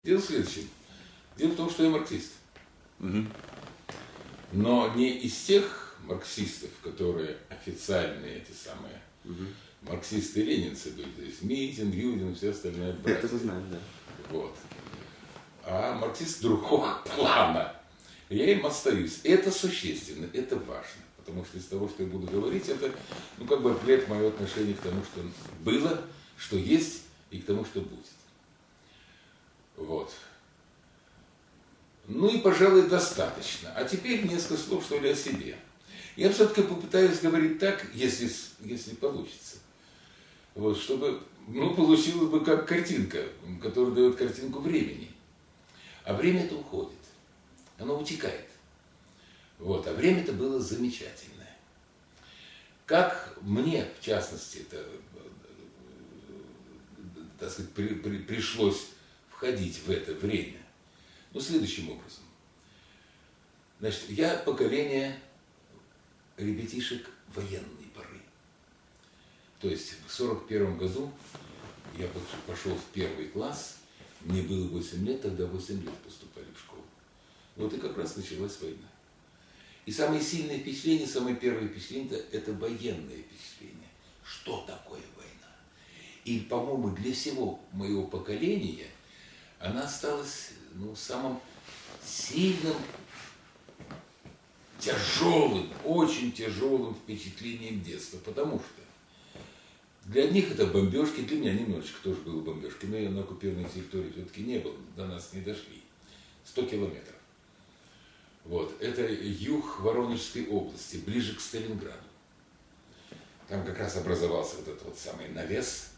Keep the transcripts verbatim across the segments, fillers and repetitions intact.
Дело в следующем. Дело в том, что я марксист. Угу. Но не из тех марксистов, которые официальные, эти самые Угу. марксисты-ленинцы были. То есть Митин, Юдин и все остальные братья. Это вы знаете, да. Вот. А марксист другого плана. Я им остаюсь. Это существенно, это важно. Потому что из того, что я буду говорить, это, ну, как бы определяет мое отношение к тому, что было, что есть, и к тому, что будет. Вот. Ну и, пожалуй, достаточно. А теперь несколько слов, что ли, о себе. Я все-таки попытаюсь говорить так, если, если получится. Вот, чтобы, ну, получилось бы как картинка, которая дает картинку времени. А время это уходит. Оно утекает. Вот. А время-то было замечательное. Как мне, в частности, это, так сказать, при, при, пришлось входить в это время? Ну, следующим образом. Значит, я поколение ребятишек военной поры. То есть в сорок первом году я пошел в первый класс, мне было восемь лет, тогда восемь лет поступали в школу. Вот и как раз началась война. И самое сильное впечатление, самое первое впечатление, это военное впечатление. Что такое война? И, по-моему, для всего моего поколения она осталась, ну, самым сильным, тяжелым, очень тяжелым впечатлением детства. Потому что для одних это бомбежки, для меня немножечко тоже было бомбежки, но я на оккупированной территории все-таки не был, до нас не дошли. сто километров. Вот. Это юг Воронежской области, ближе к Сталинграду. Там как раз образовался вот этот вот самый навес.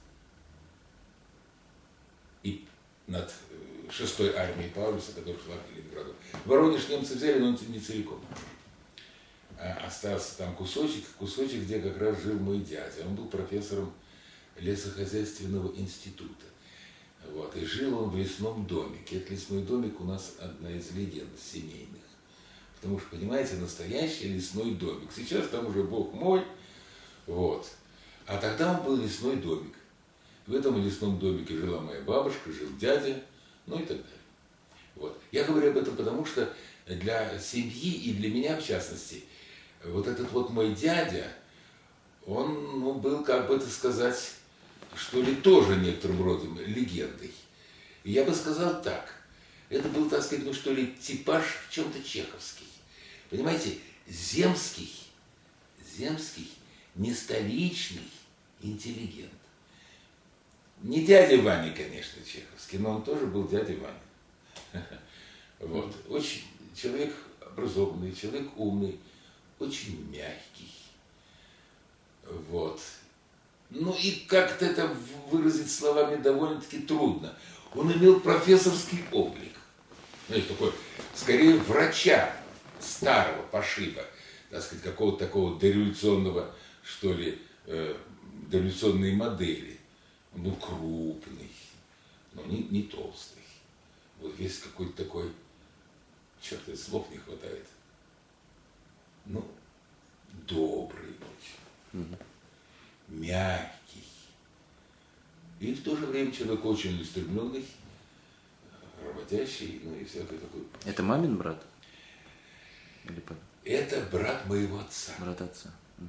И над шестой армией Паулюса, которая шла к Ленинграду. Воронеж немцы взяли, но не целиком. А остался там кусочек, кусочек, где как раз жил мой дядя. Он был профессором лесохозяйственного института. Вот. И жил он в лесном домике. Этот лесной домик у нас одна из легенд семейных. Потому что, понимаете, настоящий лесной домик. Сейчас там уже бог мой. Вот. А тогда он был лесной домик. В этом лесном домике жила моя бабушка, жил дядя, ну и так далее. Вот. Я говорю об этом потому, что для семьи и для меня, в частности, вот этот вот мой дядя, он, ну, был, как бы это сказать, что ли, тоже некоторым родом легендой. И я бы сказал так, это был, так сказать, ну что ли, типаж в чем-то чеховский. Понимаете, земский, земский, не столичный интеллигент. Не дядя Ваня, конечно, чеховский, но он тоже был дядя Ваня. Вот. Очень человек образованный, человек умный, очень мягкий. Вот. Ну и как-то это выразить словами довольно-таки трудно. Он имел профессорский облик. Знаете, такой, скорее, врача старого пошиба, так сказать, какого-то такого дореволюционного, что ли, э, дореволюционной модели. Он был крупный, но не, не толстый. Вот весь какой-то такой, черт, слов не хватает. Ну, добрый очень, угу. Мягкий. И в то же время человек очень устремленный, работящий, ну и всякое такое. Это мамин брат? Или папа? Это брат моего отца. Брат отца.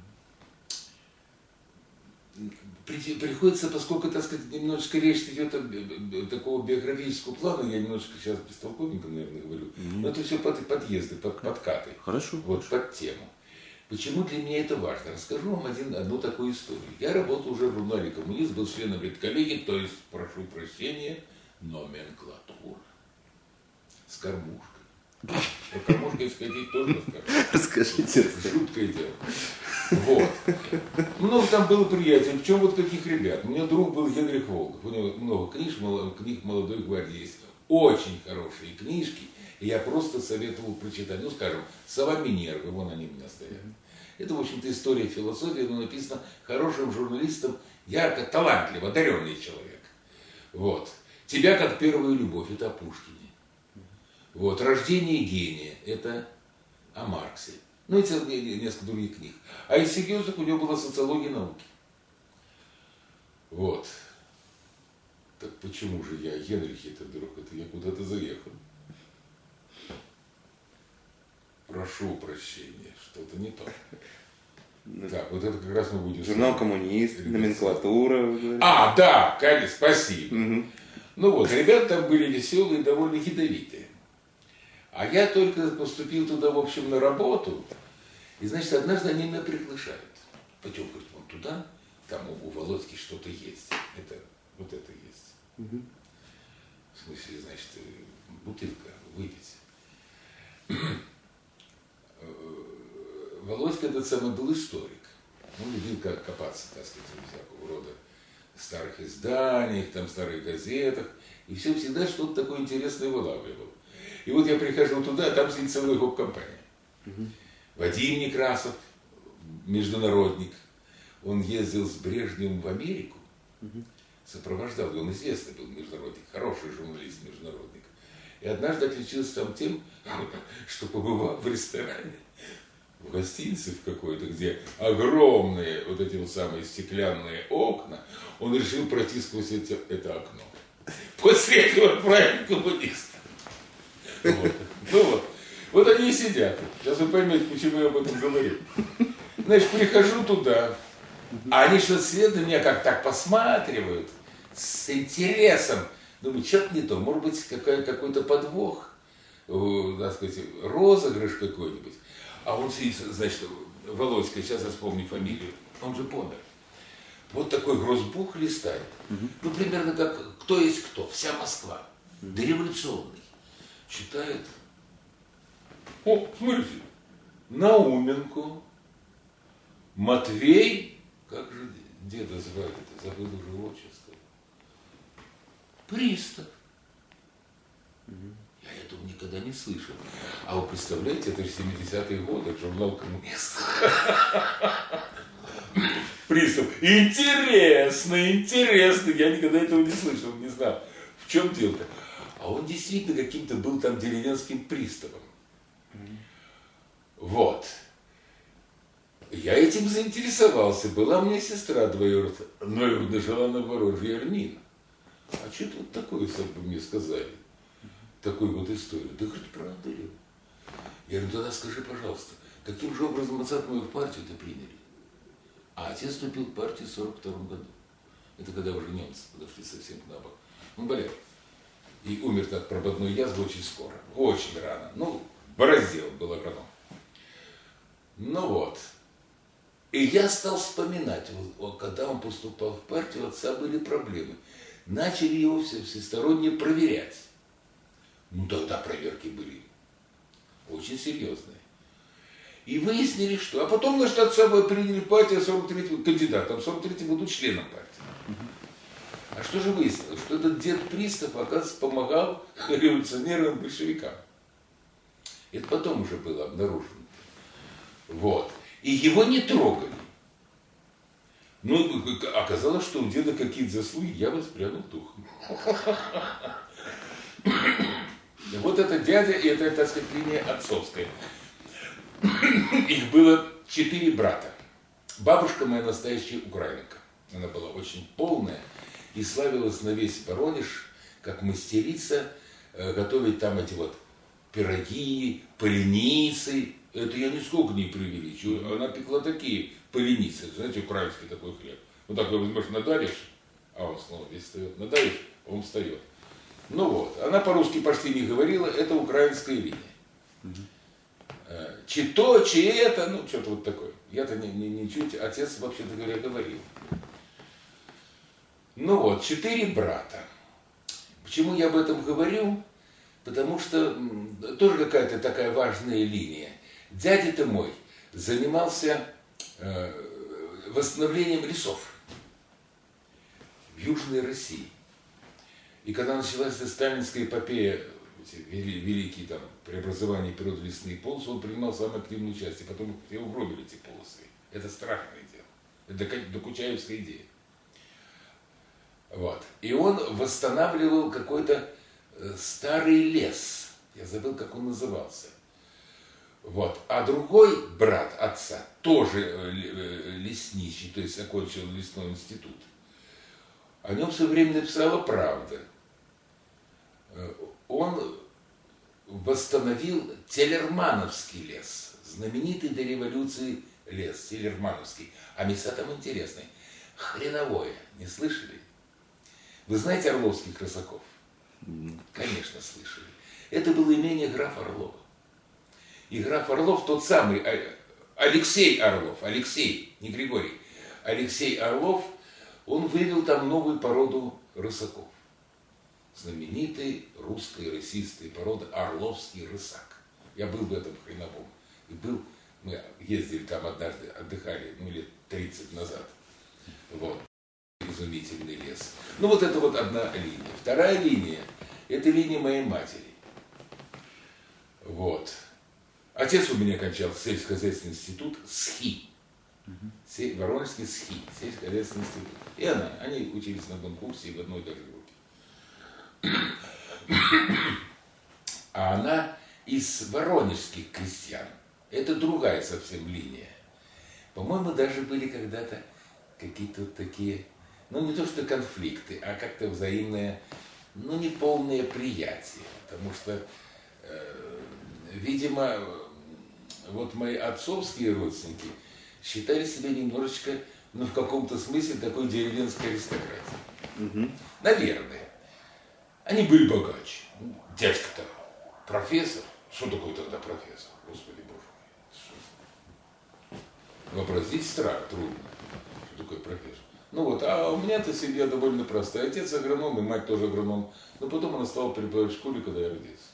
Приходится, поскольку, так сказать, немножечко речь идет о такого биографического плана, я немножечко сейчас бестолковенько, наверное, говорю, mm-hmm. но это все под, подъезды, под, подкаты. Хорошо. Вот, хорошо. под тему. Почему для меня это важно? Расскажу вам один, одну такую историю. Я работал уже в журнале «Коммунист», был членом редколлегии, то есть, прошу прощения, номенклатура. С кормушкой. Про кормушкой сходить тоже расскажу. Расскажите. Жуткое дело. Вот. Много там было приятелей. Причем вот каких ребят. У меня друг был Генрих Волков. У него много книж, книг молодой гвардии есть. Очень хорошие книжки. И я просто советовал прочитать. Ну, скажем, «Сова Минервы», вон они у меня стоят. Это, в общем-то, история философии, но написано хорошим журналистом, ярко, талантливо, одаренный человек. Вот. «Тебя как первую любовь» — это о Пушкине. Вот. «Рождение гения» — это о Марксе. Ну и несколько других книг. А из серьезных у него была социология науки. Вот. Так почему же я, Генрих, это вдруг, это я куда-то заехал? Прошу прощения, что-то не то. Так, вот это как раз мы будем... Журнал «Коммунист», номенклатура. А, да, конечно, спасибо. Угу. Ну вот, ребята там были веселые, довольно ядовитые. А я только поступил туда, в общем, на работу. И, значит, однажды они меня приглашают. Пойдем, говорит, вон туда, там у, у Володьки что-то есть. Это, вот это есть. Угу. В смысле, значит, бутылка, выпить. Володька этот самый был историк. Он любил копаться, так сказать, в всякого рода старых изданиях, там, старых газетах. И все всегда что-то такое интересное вылавливал. И вот я прихожу туда, а там сидит целая гоп-компания. Угу. Вадим Некрасов, международник. Он ездил с Брежневым в Америку. Угу. Сопровождал, он известный был международник, хороший журналист, международник. И однажды отличился там тем, что побывал в ресторане, в гостинице в какой-то, где огромные вот эти вот самые стеклянные окна, он решил пройти сквозь это, это окно. После этого отправили коммунистов. Вот. Ну вот. Вот они и сидят. Сейчас вы поймете, почему я об этом говорю. Значит, прихожу туда, а они что-то сидят на меня как так посматривают, с интересом. Думаю, что-то не то, может быть, какая, какой-то подвох, так сказать, розыгрыш какой-нибудь. А он сидит, значит, Володька, сейчас я вспомню фамилию, он же помер. Вот такой грозбух листает. Угу. Ну, примерно как «Кто есть кто», вся Москва, угу. Дореволюционный. Читает. О, смотрите, Науменко, Матвей, как же деда звали-то, забыл уже отчество. Пристав. Угу. Я этого никогда не слышал. А вы представляете, это же семидесятые годы, журнал «Коммунист». Пристав. Интересно, интересно. Я никогда этого не слышал, не знал. В чем дело-то? А он действительно каким-то был там деревенским приставом. Вот. Я этим заинтересовался. Была у меня сестра двоюродная, но жила на Воронеже, Эрмина. А что-то вот такое мне сказали. Такую вот историю. Да, говорит, правда ли? Я говорю, тогда скажи, пожалуйста, каким же образом отца мою в партию-то приняли? А отец вступил в партию в сорок втором году. Это когда уже немцы подошли совсем к нам. Он болел. И умер от прободной язвы очень скоро. Очень рано. Ну, бороздел был агроном. Ну вот. И я стал вспоминать, вот, когда он поступал в партию, у отца были проблемы. Начали его все всесторонне проверять. Ну, тогда проверки были очень серьезные. И выяснили, что... А потом, значит, от собой приняли партию сорок третьего кандидата, а в сорок третьем году членом партии. А что же выяснилось? Что этот дед Пристав, оказывается, помогал революционерам, большевикам. Это потом уже было обнаружено. Вот. И его не трогали. Ну, оказалось, что у деда какие-то заслуги, я воспрянул духом. Вот это дядя, и это, так сказать, линия отцовская. Их было четыре брата. Бабушка моя настоящая украинка. Она была очень полная и славилась на весь Воронеж, как мастерица, готовить там эти вот пироги, поленицы. Это я нисколько не преувеличиваю. Она пекла такие поленицы, знаете, украинский такой хлеб. Вот так возьмешь, надавишь, а он снова весь встает. Надавишь, он встает. Ну вот, она по-русски почти не говорила, это украинская линия. Чи то, чи это, ну, что-то вот такое. Я-то не, не, не чуть, отец, вообще-то говоря, говорил. Ну вот, четыре брата. Почему я об этом говорю? Потому что тоже какая-то такая важная линия. Дядя-то мой занимался э, восстановлением лесов в Южной России. И когда началась эта сталинская эпопея, великие там преобразования природы лесные полосы, он принимал самое активное участие. Потом его угробили эти полосы. Это страшное дело. Это докучаевская идея. Вот. И он восстанавливал какой-то старый лес. Я забыл, как он назывался. Вот. А другой брат отца, тоже лесничий, то есть окончил лесной институт, О нем в свое время написала «Правда». Он восстановил Теллермановский лес, знаменитый до революции лес, Теллермановский. А места там интересные. Хреновое, не слышали? Вы знаете орловских рысаков? Конечно, слышали. Это было имение графа Орлова. И граф Орлов, тот самый Алексей Орлов, Алексей, не Григорий, Алексей Орлов, он вывел там новую породу рысаков. Знаменитый русской рысистой породы орловский рысак. Я был в этом хреновом. И был, мы ездили там однажды, отдыхали, ну, лет тридцать назад. Вот. Изумительный лес. Ну, вот это вот одна линия. Вторая линия, это линия моей матери. Вот. Отец у меня кончал сельскохозяйственный институт СХИ. Угу. Воронежский СХИ, сельскохозяйственный институт. И она, они учились на одном курсе и в одной даже группе. А она из воронежских крестьян. Это другая совсем линия. По-моему, даже были когда-то какие-то вот такие, ну не то что конфликты, а как-то взаимное, ну не полное приятие. Потому что, э, видимо, вот мои отцовские родственники считали себя немножечко, ну в каком-то смысле, такой деревенской аристократией. Угу. Наверное. Они были богаче. Дядька-то профессор. Что такое тогда профессор? Господи боже мой. Вообразить страх трудно. Что такое профессор? Ну вот, а у меня-то семья довольно простая. Отец агроном, и мать тоже агроном. Но потом она стала преподавать в школе, когда я родился.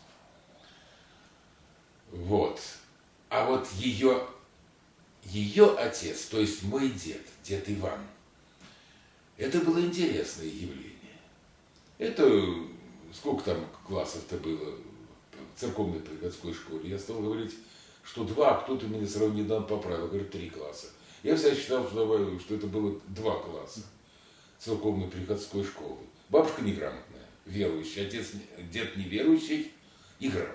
Вот. А вот ее, ее отец, то есть мой дед, дед Иван, это было интересное явление. Это сколько там классов-то было в церковной приходской школе? Я стал говорить, что два, а кто-то меня сразу недавно поправил, говорит, три класса. Я всегда считал, что, что это было два класса церковной приходской школы. Бабушка неграмотная, верующая, отец, дед неверующий и грамотный.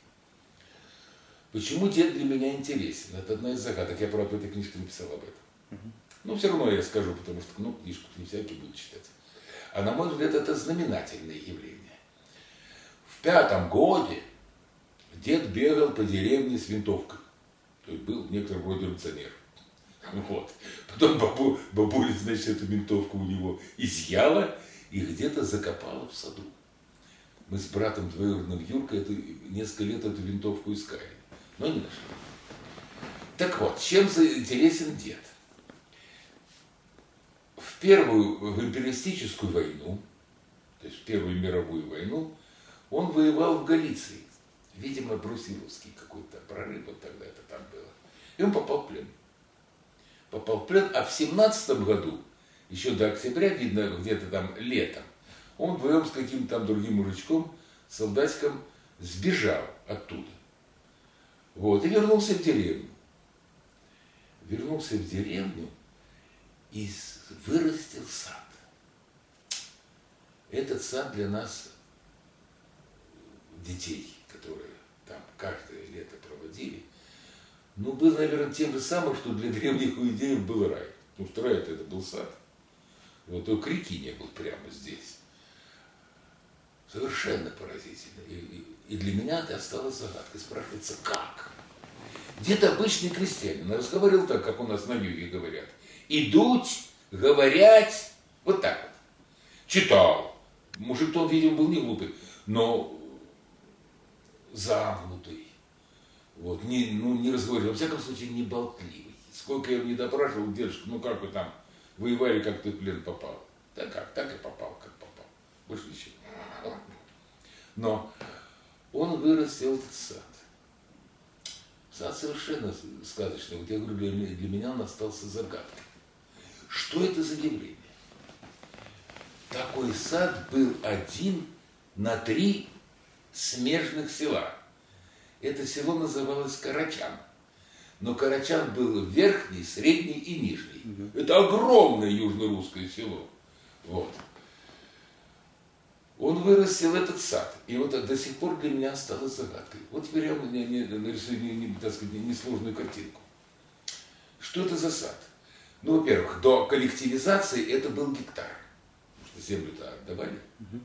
Почему дед для меня интересен? Это одна из загадок. Я, правда, в этой книжке написал об этом. Но все равно я скажу, потому что ну, книжку не всякий будет читать. А на мой взгляд, это знаменательное явление. В пятом годе дед бегал по деревне с винтовкой. То есть был в некотором роде революционер. Вот. Потом бабу, бабуля, значит, эту винтовку у него изъяла и где-то закопала в саду. Мы с братом двоюродным Юркой это, несколько лет эту винтовку искали, но не нашли. Так вот, чем интересен дед? В первую, в империалистическую войну, то есть в Первую мировую войну, он воевал в Галиции. Видимо, Брусиловский какой-то прорыв, вот тогда это там было. И он попал в плен. Попал в плен, а в семнадцатом году, еще до октября, видно, где-то там летом, он вдвоем с каким-то там другим мужичком, солдатиком, сбежал оттуда. Вот, и вернулся в деревню. Вернулся в деревню и вырастил сад. Этот сад для нас, детей, которые там каждое лето проводили, ну, был, наверное, тем же самым, что для древних иудеев был рай. Потому что рай это был сад. Вот только реки не был прямо здесь. Совершенно поразительно. И, и, и для меня это осталось загадкой. Спрашивается, как? Где-то обычный крестьянин разговаривал так, как у нас на юге говорят. Идут, говорять, вот так вот. Читал. Мужик-то он, видимо, был не глупый, но замкнутый. Вот, не, ну, не разговаривал, во всяком случае, не болтливый. Сколько я его не допрашивал, дедушка, ну как вы там воевали, как ты в плен попал? Да как, так и попал, как попал. Больше ничего. Но он вырастил этот сад. Сад совершенно сказочный. Вот я говорю, для, для меня он остался загадкой. Что это за явление? Такой сад был один на три смежных села. Это село называлось Карачан. Но Карачан был верхний, средний и нижний. Угу. Это огромное южно-русское село. Вот. Он вырастил этот сад. И вот до сих пор для меня осталось загадкой. Вот теперь я нарисую не, не, так сказать, несложную картинку. Что это за сад? Ну, во-первых, до коллективизации это был гектар. Потому что землю-то отдавали.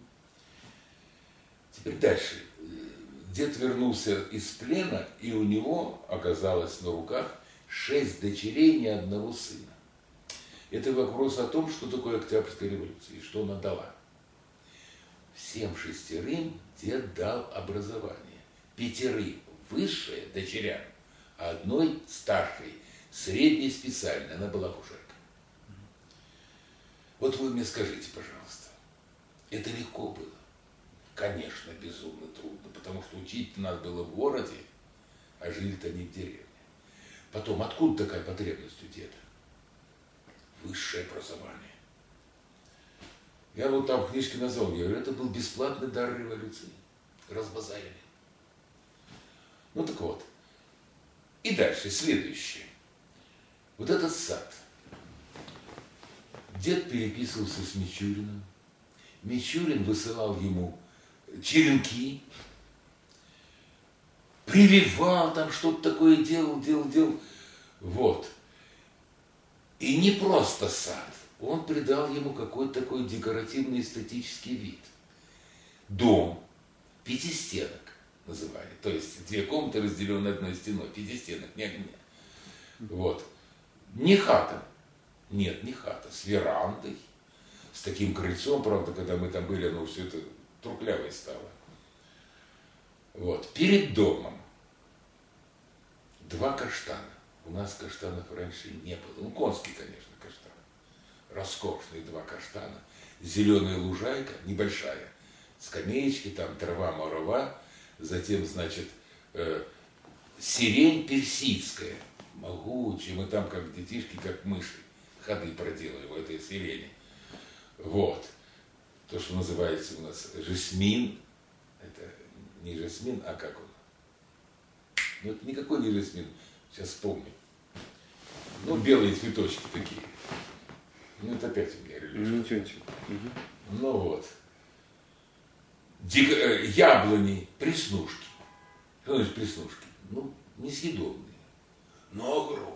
Теперь дальше. Дед вернулся из плена, и у него оказалось на руках шесть дочерей, ни одного сына. Это вопрос о том, что такое Октябрьская революция и что она дала. Всем шестерым дед дал образование. Пятерым высшее дочерям, а одной старшей, средней специальной, она была акушерка. Вот вы мне скажите, пожалуйста, это легко было? Конечно, безумно трудно, потому что учить надо было в городе, а жили-то не в деревне. Потом, откуда такая потребность у деда? Высшее образование. Я вот там в книжке назвал, я говорю, это был бесплатный дар революции. Разбазарили. Ну так вот. И дальше, следующее. Вот этот сад. Дед переписывался с Мичуриным. Мичурин высылал ему черенки, прививал там, что-то такое делал, делал, делал. Вот. И не просто сад. Он придал ему какой-то такой декоративный эстетический вид. Дом, пятистенок называли. То есть две комнаты, разделенные одной стеной. Пятистенок, не огня. Вот. Не хата. Нет, не хата. С верандой. С таким крыльцом, правда, когда мы там были, оно все это трухлявое стало. Вот. Перед домом два каштана. У нас каштанов раньше не было. Ну, конский, конечно, каштан. Роскошные два каштана. Зеленая лужайка, небольшая. Скамеечки, там трава морова. Затем, значит, э, сирень персидская. Могучая. Мы там, как детишки, как мыши, ходы проделали в этой сирени. Вот. То, что называется у нас жасмин. Это не жасмин, а как он? Ну, это никакой не жасмин. Сейчас вспомню. Ну, белые цветочки такие. Ну, это опять у меня религия. Ничего, ничего. Угу. Ну вот. Дик... Яблони, преснушки. Что значит преснушки? Ну, несъедобные, но огромные.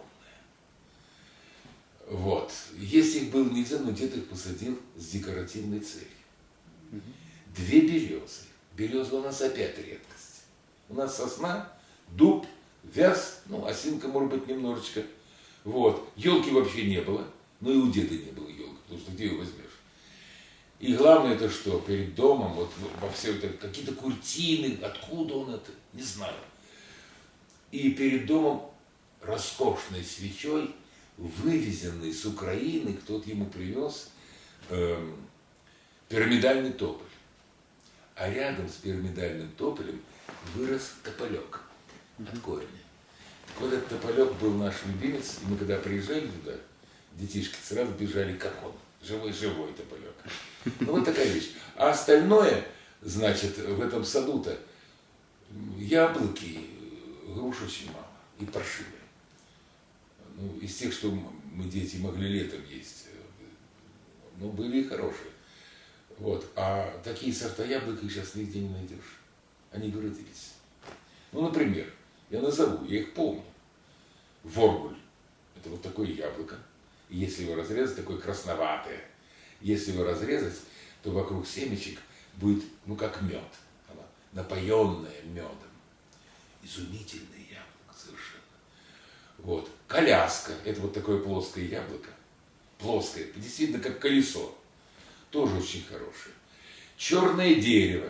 Вот. Если их было нельзя, но дед их посадил с декоративной целью. Угу. Две березы. Береза у нас опять редкость. У нас сосна, дуб, вяз, ну, осинка, может быть, немножечко. Вот. Елки вообще не было. Ну и у деда не было елки, потому что где ее возьмешь? И главное это что? Перед домом, вот во все это, какие-то куртины, откуда он это, не знаю. И перед домом роскошной свечой, вывезенный с Украины, кто-то ему привез эм, пирамидальный тополь. А рядом с пирамидальным тополем вырос тополек от корня. Так вот этот тополек был наш любимец, и мы когда приезжали туда, детишки сразу бежали, как он, живой-живой тополек. Ну вот такая вещь. А остальное, значит, в этом саду-то яблоки, груш очень мало и паршивые. Ну, из тех, что мы, дети, могли летом есть, ну, были и хорошие. Вот. А такие сорта яблок их сейчас нигде не найдешь. Они выродились. Ну, например, я назову, я их помню. Воргуль. Это вот такое яблоко. И если его разрезать, такое красноватое. Если его разрезать, то вокруг семечек будет, ну, как мед. Она напоенная медом. Изумительное яблоко совершенно. Вот. Коляска. Это вот такое плоское яблоко. Плоское. Действительно, как колесо. Тоже очень хорошее. Черное дерево.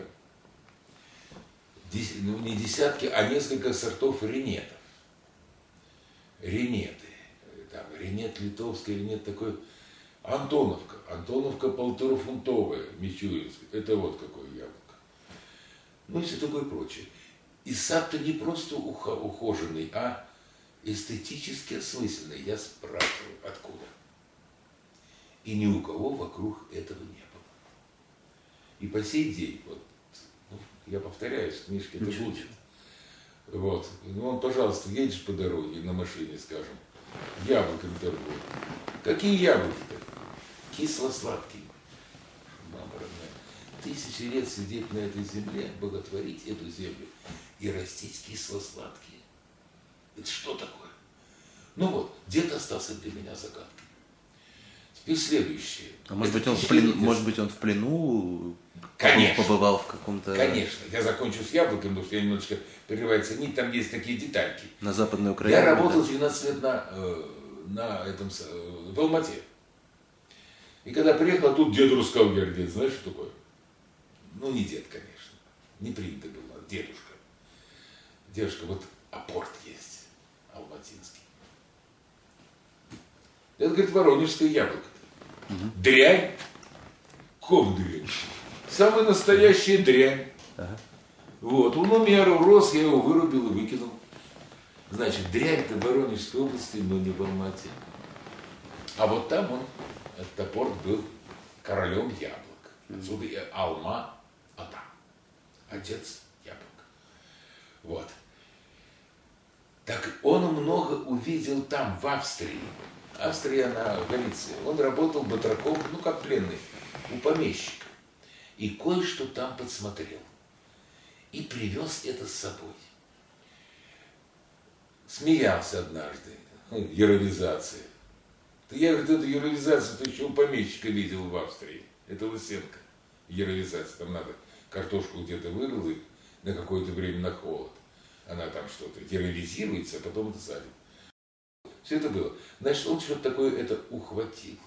Дес, ну, не десятки, а несколько сортов ренетов. Ренеты. Там, ренет литовский, ренет такой. Антоновка. Антоновка полуторафунтовая, мичуринская. Это вот какое яблоко. Ну и все такое прочее. И сад-то не просто ухоженный, а эстетически осмысленный. Я спрашиваю, откуда? И ни у кого вокруг этого не было. И по сей день, вот, ну, я повторяюсь, в книжке это будет. Вот. Ну, он, пожалуйста, едешь по дороге на машине, скажем, яблоками торгует. Какие яблоки-то? Кисло-сладкие. Мама родная. Тысячи лет сидеть на этой земле, боготворить эту землю и растить кисло-сладкие. Это что такое? Ну вот, дед остался для меня загадкой. И следующее. А может Это быть, он в тысячелетие. плену, может быть, он в плену Конечно. побывал в каком-то... Конечно. Я закончу с яблоком, потому что я немножечко прерывается нить, там есть такие детальки. На Западной Украине. Я работал да? двенадцать лет на, э, на этом, э, в Алмате. И когда приехал, тут дед рассказал, говорит, дед, знаешь, что такое? Ну, не дед, конечно. Не принято было, а дедушка. Дедушка, вот апорт есть, алматинский. Это, говорит, воронежское яблоко. Угу. Дрянь. Ком дрянь? Самая настоящая дрянь. Ага. Вот, он у меня рос, я его вырубил и выкинул. Значит, дрянь-то в Воронежской области, но не в Алмате. А вот там он, этот апорт, был королем яблок. Отсюда и Алма-Ата. Отец яблок. Вот. Так он много увидел там, в Австрии. Австрия, она в Галиции. Он работал батраком, ну как пленный, у помещика. И кое-что там подсмотрел. И привез это с собой. Смеялся однажды. Яровизация. Я, говорит, эту яровизацию ты еще у помещика видел в Австрии. Это Лысенко. Яровизация. Там надо картошку где-то вырыл и на какое-то время на холод. Она там что-то яровизируется, а потом это садит. Все это было. Значит, он что-то такое это ухватил.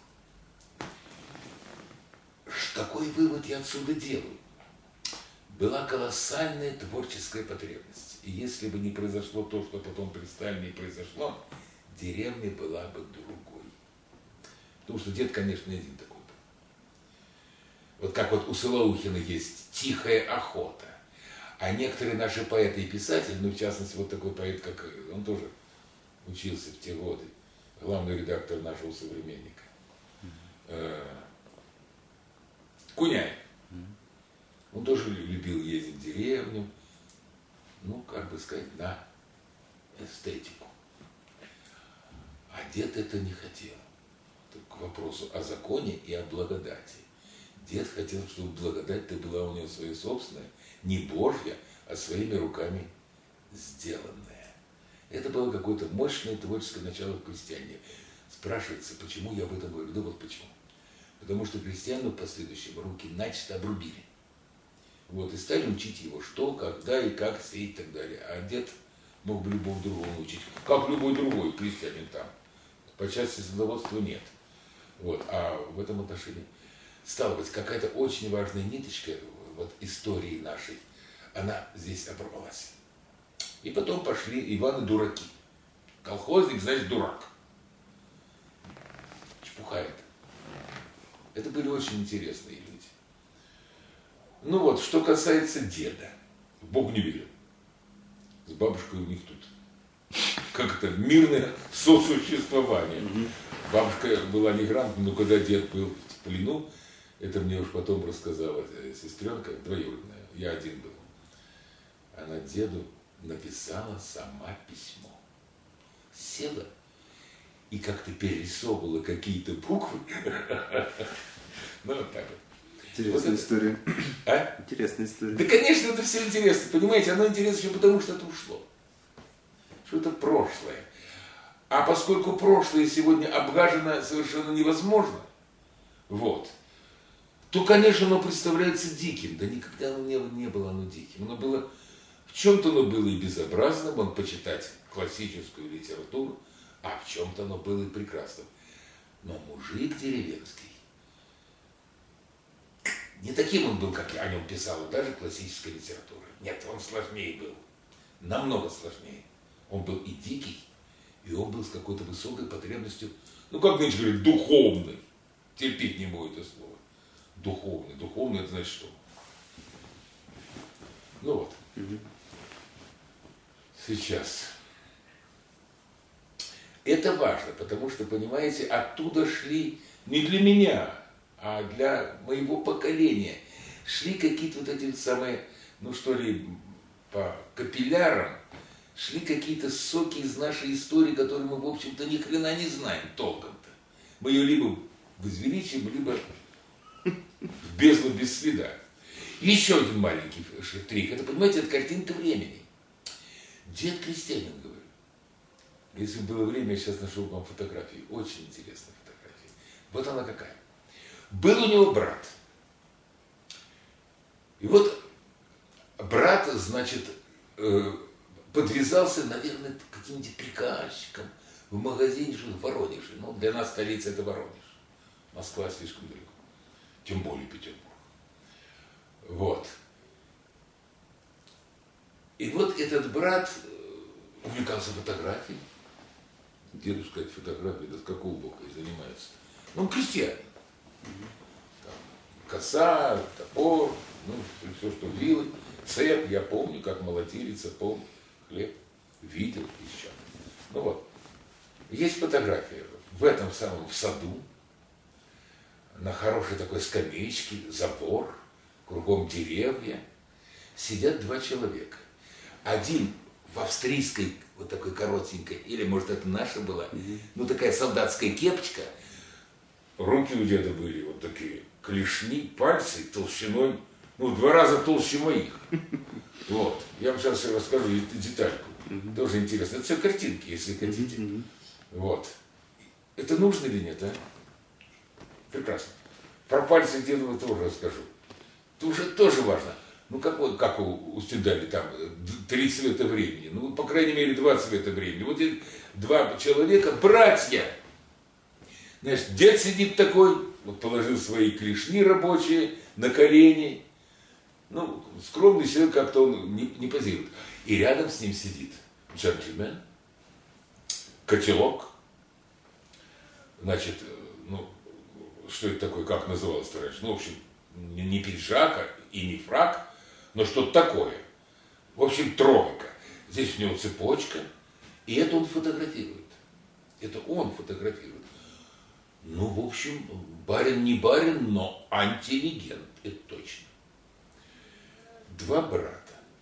Какой вывод я отсюда делаю? Была колоссальная творческая потребность. И если бы не произошло то, что потом при Сталине произошло, деревня была бы другой. Потому что дед, конечно, не один такой был. Вот как вот у Солоухина есть «Тихая охота». А некоторые наши поэты и писатели, ну, в частности, вот такой поэт, как он тоже учился в те годы, главный редактор нашего современника, Куняев. Он тоже любил ездить в деревню, ну, как бы сказать, на эстетику. А дед это не хотел. К вопросу о законе и о благодати. Дед хотел, чтобы благодать-то была у него своя собственная, не Божья, а своими руками сделанная. Это было какое-то мощное творческое начало в крестьяне. Спрашивается, почему я об этом говорю? Да вот почему. Потому что крестьяну в последующем руки начисто обрубили. Вот, и стали учить его, что, когда и как сеять и так далее. А дед мог бы любого другого научить. Как любой другой крестьянин там. По части садоводства нет. Вот, а в этом отношении стала быть какая-то очень важная ниточка вот, истории нашей. Она здесь оборвалась. И потом пошли Иваны-дураки. Колхозник, значит, дурак. Чепуха это. Это были очень интересные люди. Ну вот, что касается деда. Бог не верил. С бабушкой у них тут как это мирное сосуществование. Бабушка была неграмотна, но когда дед был в плену, это мне уж потом рассказала сестренка, двоюродная, я один был. Она деду написала сама письмо. Села и как-то перерисовывала какие-то буквы. Ну, вот так вот. Интересная вот история. А? Интересная история. Да, конечно, это все интересно. Понимаете, оно интересно еще потому, что это ушло. Что это прошлое. А поскольку прошлое сегодня обгажено совершенно невозможно, вот, то, конечно, оно представляется диким. Да никогда оно не, не было оно диким. Оно было, в чем-то оно было и безобразным, он почитать классическую литературу, а в чем-то оно было и прекрасным. Но мужик деревенский, не таким он был, как о нем писала даже классическая литература. Нет, он сложнее был. Намного сложнее. Он был и дикий, и он был с какой-то высокой потребностью, ну, как нынче говорят, духовный. Терпеть не будет это слово. Духовный. Духовный это значит что? Ну вот. Угу. Сейчас. Это важно, потому что, понимаете, оттуда шли не для меня, а для моего поколения. Шли какие-то вот эти самые, ну что ли, по капиллярам, шли какие-то соки из нашей истории, которые мы, в общем-то, ни хрена не знаем толком-то. Мы ее либо возвеличим, либо в бездну без следа. Еще один маленький штрих. Это, понимаете, это картинка времени. Дед крестьянин, говорю. Если бы было время, я сейчас нашел вам фотографии. Очень интересные фотографии. Вот она какая. Был у него брат. И вот брат, значит, подвязался, наверное, каким-нибудь приказчиком в магазине, жил в Воронеже. Ну, для нас столица это Воронеж. Москва слишком далеко. Тем более Петербург. Вот. И вот этот брат увлекался фотографией. Дедушка этой фотографии, да с какого бока и занимается. Ну, он крестьянин. Там, коса, топор, ну, все, что вилы. Цеп, я помню, как молотили цепом хлеб. Видел еще. Ну вот. Есть фотография в этом самом в саду, на хорошей такой скамеечке, забор, кругом деревья. Сидят два человека. Один в австрийской, вот такой коротенькой, или, может, это наша была, mm-hmm. ну, такая солдатская кепочка. Руки у деда были вот такие, клешни, пальцы толщиной, ну, в два раза толще моих. Вот. Я вам сейчас расскажу детальку. Mm-hmm. Тоже интересно. Это все картинки, если хотите. Mm-hmm. Вот. Это нужно или нет, а? Прекрасно. Про пальцы деду я тоже расскажу. Это уже тоже важно. Ну, как, вот, как у, у Стендали, там, три цвета времени. Ну, по крайней мере, два цвета времени. Вот эти два человека, братья. Знаешь, дед сидит такой, вот положил свои клешни рабочие на колени. Ну, скромный человек, как-то он не, не позирует. И рядом с ним сидит джентльмен, котелок. Значит, ну, что это такое, как называлось-то раньше? Ну, в общем, не пиджак и не фрак, но что-то такое. В общем, тройка. Здесь у него цепочка, и это он фотографирует. Это он фотографирует. Ну, в общем, барин не барин, но антилегент, это точно. Два брата.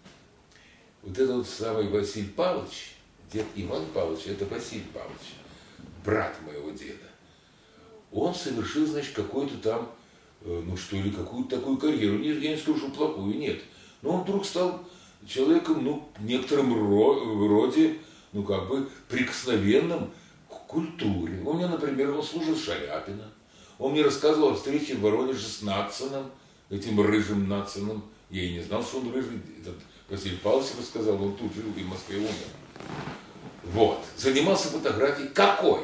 Вот это вот самый Василий Павлович, дед Иван Павлович, это Василий Павлович, брат моего деда. Он совершил, значит, какой-то там, ну что ли, какую-то такую карьеру. Я не скажу, что плохую, нет. Но он вдруг стал человеком, ну, в некотором роде, ну, как бы, прикосновенным к культуре. У меня, например, он служил Шаляпина. Он мне рассказывал о встрече в Воронеже с Нациным, этим рыжим Нациным. Я и не знал, что он рыжий. Этот Василий Павлович рассказал, он тут жил и в Москве умер. Вот. Занимался фотографией. Какой?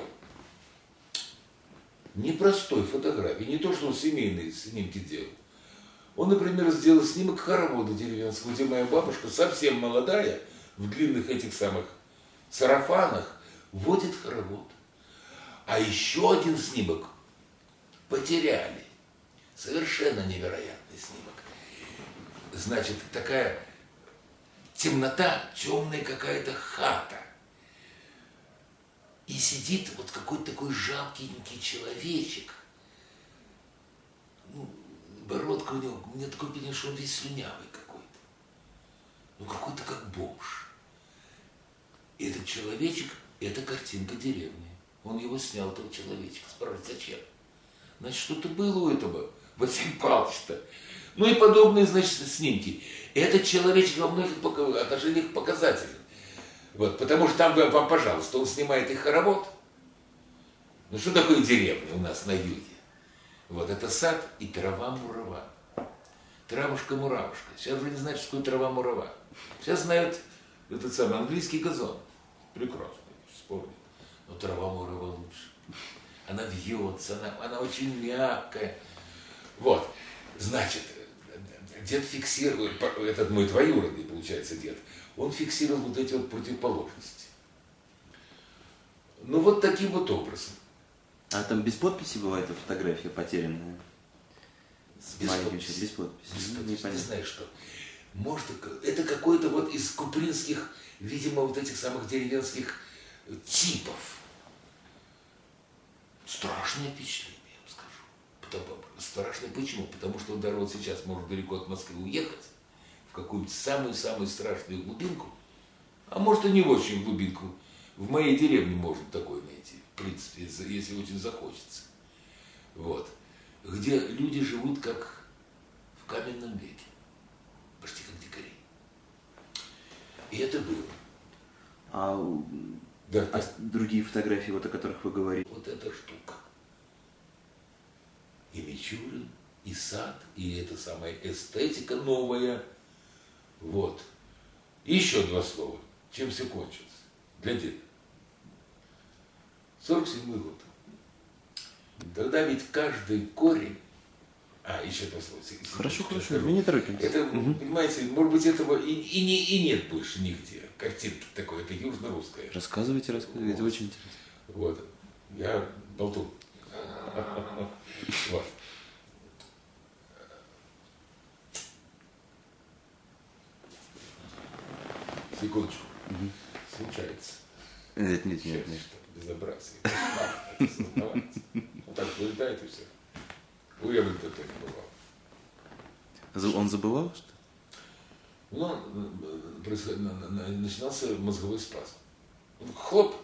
Непростой фотографией. Не то, что он семейные снимки делал. Он, например, сделал снимок хоровода деревенского, где моя бабушка, совсем молодая, в длинных этих самых сарафанах, водит хоровод. А еще один снимок потеряли. Совершенно невероятный снимок. Значит, такая темнота, темная какая-то хата. И сидит вот какой-то такой жалкий человечек. Ну, бородка у него, у меня такое впечатление, что он весь слюнявый какой-то. Ну, какой-то как бомж. И этот человечек, это картинка деревни. Он его снял, этого человечка. Спрашивает, зачем? Значит, что-то было у этого Василия Павловича-то. Ну и подобные, значит, снимки. Этот человечек во многих отношениях показателен. Вот, потому что там вам, пожалуйста, он снимает их хоровод. Ну что такое деревня у нас на юге? Вот это сад и трава-мурава. Травушка-муравушка. Сейчас уже не знают, что такое трава-мурава. Сейчас знают этот самый английский газон. Прекрасно, вспомнил. Но трава-мурава лучше. Она вьется, она, она очень мягкая. Вот, значит, дед фиксирует, этот мой двоюродный, получается, дед, он фиксировал вот эти вот противоположности. Ну, вот таким вот образом. А там без подписи бывает фотография потерянная? С без маленьким подписи. без подписи. Без Ну, подписи. не Ты знаешь что? Может, это какой-то вот из купринских, видимо, вот этих самых деревенских типов. Страшное впечатление, я вам скажу. Потому, страшное почему? Потому что он даже вот сейчас может далеко от Москвы уехать, в какую-то самую-самую страшную глубинку, а может и не в очень глубинку. В моей деревне можно такое найти, в принципе, если очень захочется. Вот. Где люди живут как в каменном веке, почти как дикари. И это было. А, да, а другие фотографии, вот о которых вы говорите? Вот эта штука. Мичурин, и сад, и эта самая эстетика новая. Вот. И еще два слова. Чем все кончилось? Для деда. сорок седьмой год. Тогда ведь каждый корень. А, еще два слова. Хорошо, хорошо, мы не торопимся. Это, угу. Понимаете, может быть, этого и, и, не, и нет больше нигде. Картинки такой, это южно-русская. Рассказывайте, рассказывайте, вот. Это очень интересно. Вот. Я болтун. Вот. Секундочку. Угу. Случается. Нет, нет, нет, нет. Безобразие. Это сознавать. Вот так вылетает и все. Уехать кто-то не бывал. Он забывал, что? Ну, происход... начинался мозговой спазм. Хлоп.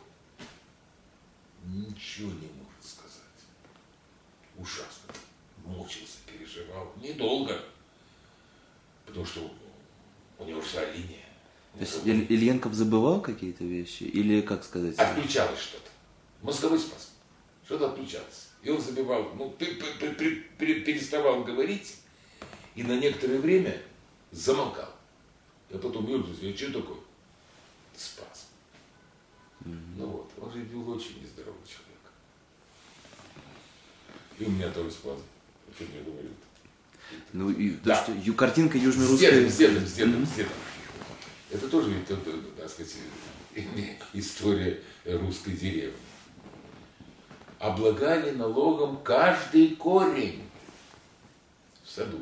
Ничего не может сказать. Ужасно. Мучился, переживал. Недолго. Потому что у него вся линия. То есть Иль- Ильенков забывал какие-то вещи? Или, как сказать? Отключалось что-то. Мозговой спазм. Что-то отключалось. И он забивал, ну, переставал говорить и на некоторое время замолкал. Я потом юркнулся, я что такое? Спазм. Mm-hmm. Ну вот, он же был очень нездоровый человек. И у меня тоже спазм. О чем я говорю? Ну, и да. То, что картинка южно-русская... С дедом, с дедом, с дедом. Это тоже ведь, так сказать, история русской деревни. Облагали налогом каждый корень в саду.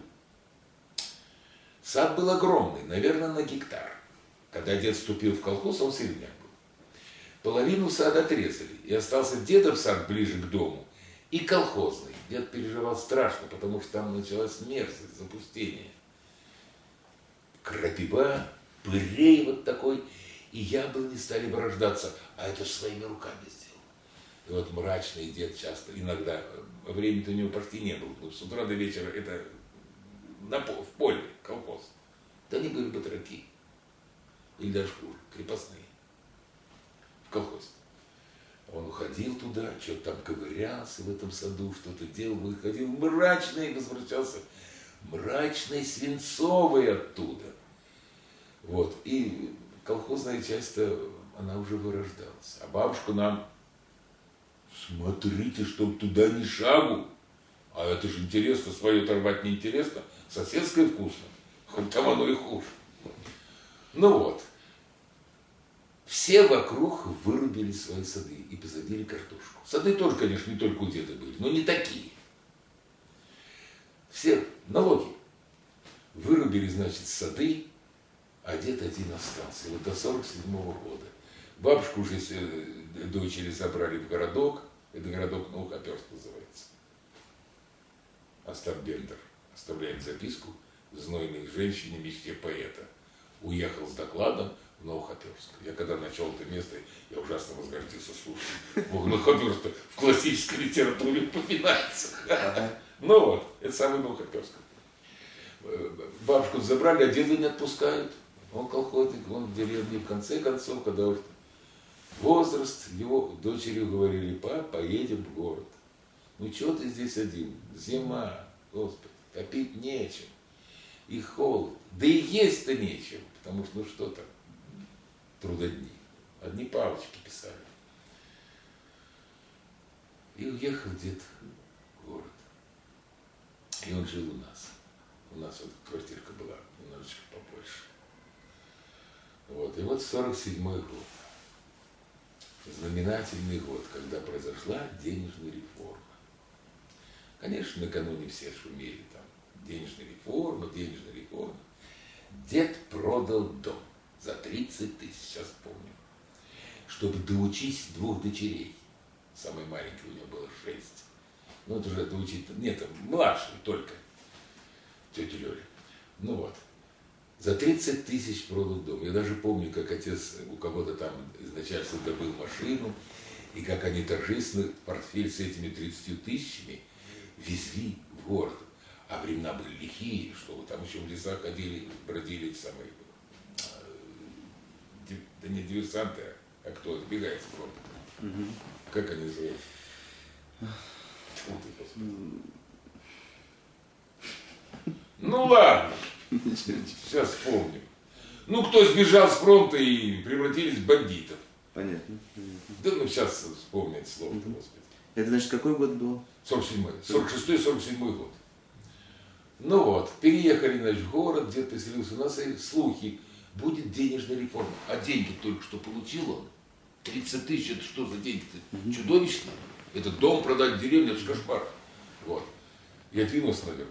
Сад был огромный, наверное, на гектар. Когда дед вступил в колхоз, он середняк был. Половину сада отрезали, и остался дедов сад ближе к дому и колхозный. Дед переживал страшно, потому что там началась мерзость, запустение. Крапива, пырей вот такой, и яблони стали вырождаться, а это же своими руками сделал. И вот мрачный дед часто, иногда, времени-то у него почти не было, потому что с утра до вечера это на, в поле, колхоз. Да они были батраки, или даже хуже, крепостные, в колхоз. Он уходил туда, что-то там ковырялся в этом саду, что-то делал, выходил мрачный, возвращался мрачный, свинцовый оттуда. Вот, и колхозная часть-то, она уже вырождалась. А бабушка нам: смотрите, чтоб туда ни шагу. А это же интересно, свое оторвать неинтересно, соседское вкусно, хоть там оно и хуже. Ну вот, все вокруг вырубили свои сады и посадили картошку. Сады тоже, конечно, не только у деда были, но не такие. Все налоги. Вырубили, значит, сады, а дед один остался. И вот до сорок седьмого года. Бабушку уже дочери забрали в городок. Это городок Новохоперск называется. Остап Бендер оставляет записку знойной женщине, мечте поэта. Уехал с докладом в Новохоперск. Я когда начал это место, я ужасно возгордился, слушай. Новохоперск в классической литературе упоминается. Ага. Ну вот, это самый Новохоперск. Бабушку забрали, а деда не отпускают. Он колхозник, он в деревне. В конце концов, когда уж возраст, его дочери говорили: пап, поедем в город. Ну что ты здесь один? Зима, Господи, топить нечем. И холод. Да и есть-то нечем, потому что, ну что там, трудодни. Одни палочки писали. И уехал дед в город. И он жил у нас. У нас вот квартирка была немножечко побольше. Вот. И вот сорок седьмой год. Знаменательный год, когда произошла денежная реформа. Конечно, накануне все шумели там. Денежная реформа, денежная реформа. Дед продал дом за тридцать тысяч, сейчас помню, чтобы доучить двух дочерей. Самой маленькой у него было шесть. Ну, это уже доучить, нет, младшую только, тетя Лёля. Ну вот. За тридцать тысяч продал дом. Я даже помню, как отец у кого-то там из начальства добыл машину, и как они торжественно портфель с этими тридцатью тысячами везли в город. А времена были лихие, что вы там еще в лесах ходили, бродили эти самые, да не диверсанты, а кто сбегает с фронта. Угу. Как они называются? Ну ладно, сейчас вспомним. Ну, кто сбежал с фронта и превратились в бандитов. Понятно. Да ну сейчас вспомнить слово-то, Господи. Это значит, какой год был? сорок седьмой, сорок шестой сорок седьмой год. Ну вот, переехали, значит, в город, где поселился. У нас и слухи, будет денежная реформа. А деньги только что получил он. тридцать тысяч, это что за деньги-то? Чудовищно. Это дом продать в деревне, это же кошмар. Вот. Я двинулся, наверное.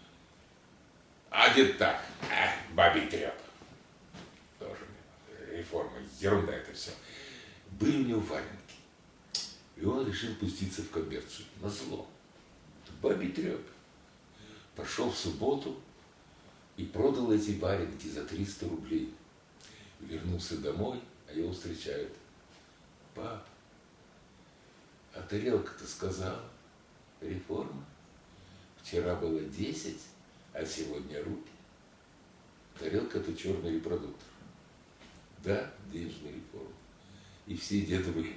А где так? Эх, бабий треп. Тоже реформа, ерунда это все. Были у него валенки. И он решил пуститься в коммерцию. На зло. Бабий треп. Пошел в субботу и продал эти валенки за триста рублей. Вернулся домой, а его встречают. Пап, а тарелка-то сказала, реформа. Вчера было десять, а сегодня рубль. Тарелка – это черный репродуктор. Да, денежная реформа. И все дедовы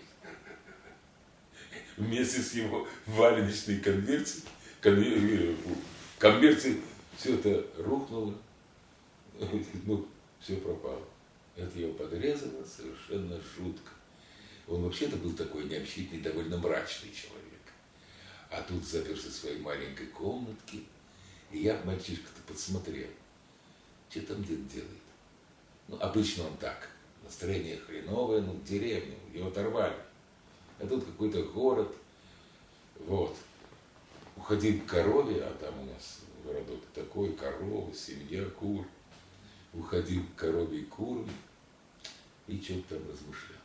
вместе с его валеночной конверсией, конвер... конверсией все это рухнуло, ну, все пропало. Это его подрезало совершенно жутко. Он вообще-то был такой необщительный, довольно мрачный человек. А тут заперся в своей маленькой комнатке, и я мальчишка-то подсмотрел, что там дед делает. Ну, обычно он так, настроение хреновое, ну, в деревню, его оторвали. А тут какой-то город, вот. Уходил к корове, а там у нас городок такой, корова, семья, кур. Уходил к корове и курам, и что-то там размышлял.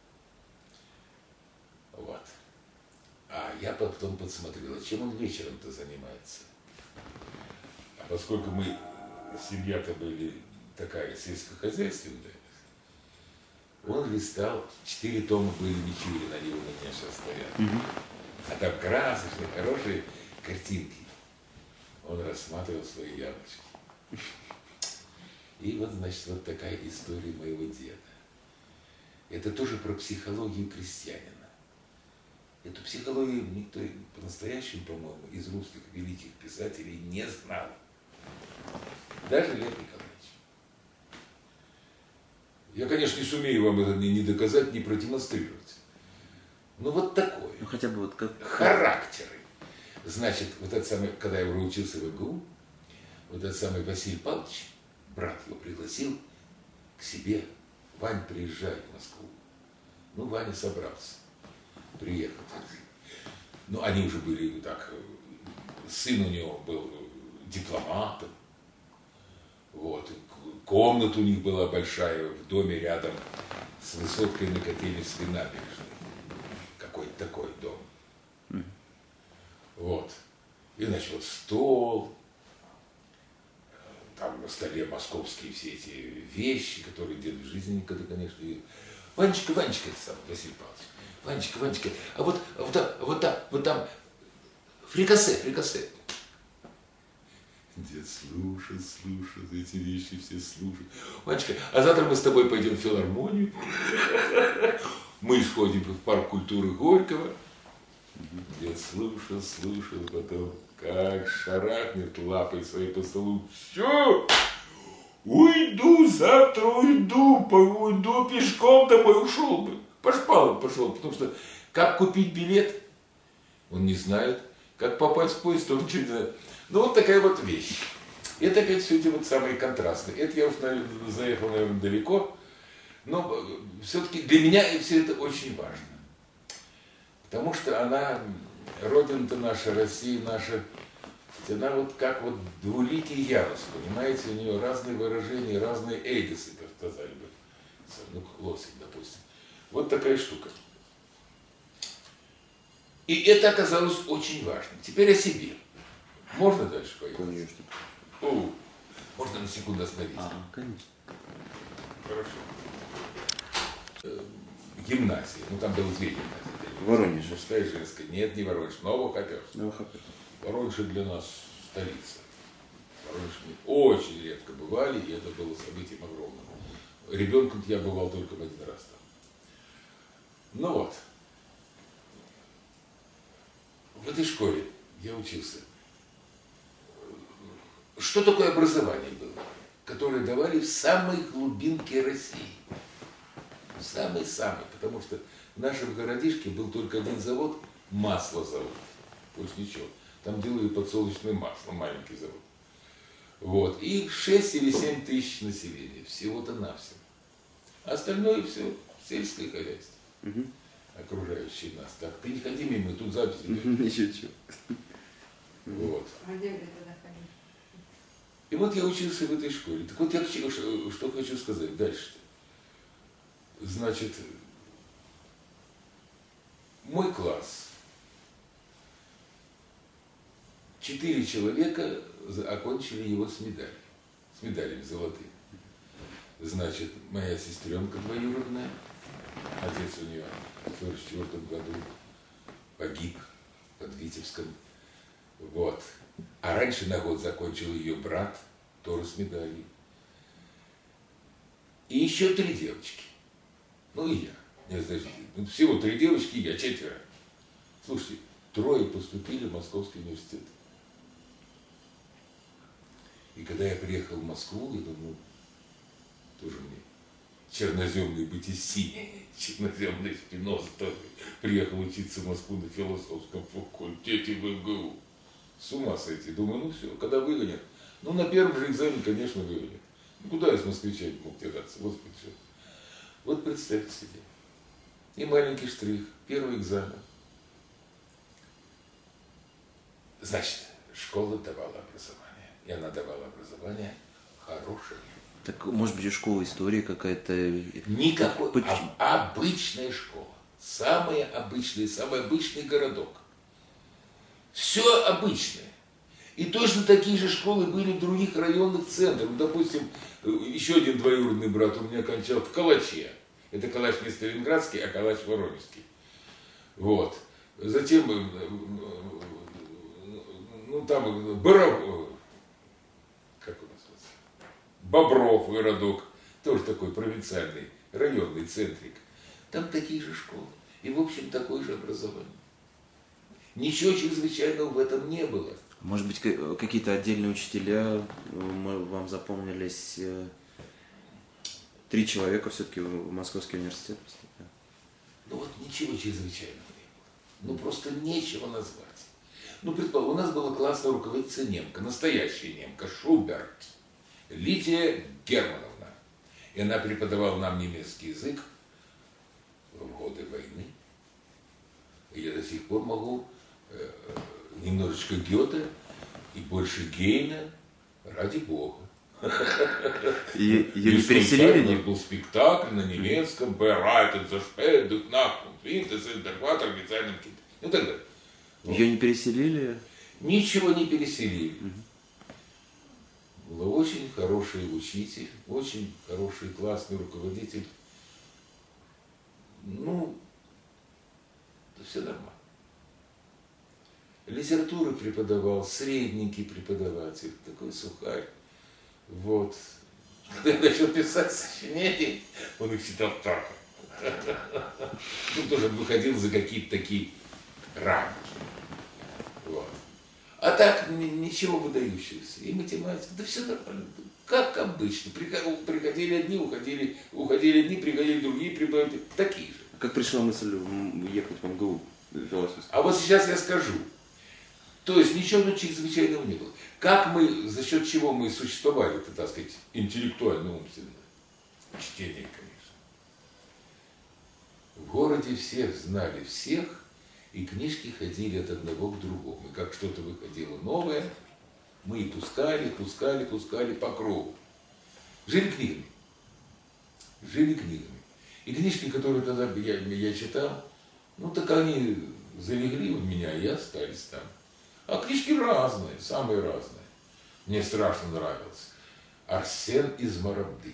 Вот. А я потом подсмотрел, а чем он вечером-то занимается. А поскольку мы, семья-то были такая сельскохозяйственная, он листал, четыре тома были Мичурина, они у меня сейчас стоят. Mm-hmm. А там красочные, хорошие картинки. Он рассматривал свои яблочки. И вот, значит, вот такая история моего деда. Это тоже про психологию крестьянина. Эту психологию никто по-настоящему, по-моему, из русских великих писателей не знал. Даже Лев Николаевич. Я, конечно, не сумею вам это ни доказать, ни продемонстрировать. Но вот такое. Ну, хотя бы вот как... Характеры. Значит, вот этот самый, когда я уже учился в ЭГУ, вот этот самый Василий Павлович, брат его пригласил к себе. Вань, приезжай в Москву. Ну, Ваня собрался. Приехал. Ну, они уже были так, сын у него был дипломатом. Вот. Комната у них была большая в доме рядом с высоткой на Котельнической набережной. Какой-то такой дом. Mm. Вот. И, значит, вот стол, там на столе московские все эти вещи, которые дед в жизни никогда, конечно, не видел. Ванечка, Ванечка, это сам Василий Павлович. Ванечка, Ванечка, а вот, вот, там, вот, там, вот там фрикасе, фрикасе. Дед слушает, слушает, эти вещи все слушают. Ванечка, а завтра мы с тобой пойдем в филармонию. Мы сходим в парк культуры Горького. Дед слушал, слушал, потом как шарахнет лапой своей по столу. Все, уйду, завтра уйду, уйду пешком домой, ушел бы. Пошпал он пошел, потому что как купить билет, он не знает. Как попасть в поезд, он ничего не знает. Ну вот такая вот вещь. Это опять все эти вот самые контрасты. Это я уж, наверное, заехал, наверное, далеко. Но все-таки для меня все это очень важно. Потому что она, родина-то наша, Россия наша, она вот как вот двуликий ярус, понимаете, у нее разные выражения, разные эйдосы, как сказали бы. Ну, лосик, допустим. Вот такая штука. И это оказалось очень важно. Теперь о себе. Можно дальше поехать? Конечно. О, можно на секунду остановиться? А, конечно. Хорошо. Гимназия. Ну, там было две гимназии. Воронеж. Мужская и женская. Нет, не Воронеж. Новохоперск. Новохоперск. Воронеж для нас столица. Воронеж мы очень редко бывали, и это было событием огромным. Ребенком я бывал только в один раз там. Ну вот. В этой школе я учился. что такое образование было, которое давали в самой глубинке России. Самый-самый, потому что в нашем городишке был только один завод, маслозавод, больше ничего. Там делали подсолнечное масло, маленький завод. Вот. И шесть или семь тысяч населения, всего-то навсего. Остальное все сельское хозяйство, Угу. окружающие нас. Так, ты не ходи мимо, тут запись идет. Ничего. Вот. А где вы тогда ходили? И вот я учился в этой школе. Так вот я что, что хочу сказать дальше-то. Значит, мой класс. Четыре человека окончили его с медалью, с медалями золотыми. Значит, моя сестренка двоюродная, отец у нее в сорок четвёртом году погиб под Витебском. Вот. А раньше на год закончил ее брат, тоже с медалью. И еще три девочки. Ну и я. Не знаю, ну, всего три девочки, я четверо. Слушайте, трое поступили в Московский университет. И когда я приехал в Москву, я думаю, тоже мне черноземный быть из синей, черноземный Спиноза тоже приехал учиться в Москву на философском факультете в эм гэ у. С ума сойти. Думаю, ну все, когда выгонят. Ну, на первом же экзамене, конечно, выгонят. Ну, куда я с москвичами мог тягаться? Господи, что. Вот представьте себе. И маленький штрих. Первый экзамен. Значит, школа давала образование. И она давала образование хорошее. Так, может быть, и школа истории какая-то? Никакой. Поч- об- обычная школа. Самая обычная, самый обычный городок. Все обычное. И точно такие же школы были в других районных центрах. Ну, допустим, еще один двоюродный брат у меня кончал в Калаче. Это Калач не Сталинградский, а Калач Воронежский. Вот. Затем, ну там, Боров, как он называется? Бобров городок, тоже такой провинциальный, районный центрик. Там такие же школы. И, в общем, такое же образование. Ничего чрезвычайного в этом не было. Может быть, ка- какие-то отдельные учителя э, м- вам запомнились? э, Три человека все-таки в Московский университет поступили. Ну вот ничего чрезвычайного не было. Ну просто нечего назвать. Ну, предположим, у нас была классная руководительница немка, настоящая немка, Шуберт, Лидия Германовна. И она преподавала нам немецкий язык в годы войны. И я до сих пор могу э, немножечко Гёте и больше Гейна, ради Бога. И ее не И переселили? У нас Не? был спектакль на немецком, «Bereitet за Spät, durch Nacht und Wind, es ist der Vater mit seinem Kind». И так далее. Ее не переселили? Ничего не переселили. Был очень хороший учитель, очень хороший классный руководитель. Ну, это все нормально. Литературу преподавал, средненький преподаватель, такой сухарь. Вот. Когда я начал писать сочинения, он их читал так. Ну, тоже выходил за какие-то такие рамки. Вот. А так ничего выдающегося. И математика, да все нормально. Как обычно. Приходили одни, уходили, уходили одни, приходили другие преподаватели. Такие же. Как пришла мысль ехать в эм гэ у философский? А вот сейчас я скажу. То есть ничего тут чрезвычайного не было. Как мы, за счет чего мы существовали, это, так сказать, интеллектуально, умственно. Чтение, конечно. В городе всех знали всех, и книжки ходили от одного к другому. И как что-то выходило новое, мы и пускали, пускали, пускали по кругу. Жили книгами. Жили книгами. И книжки, которые тогда я, я читал, ну так они залегли у меня, и остались там. А книжки разные, самые разные. Мне страшно нравился. «Арсен из Марабды».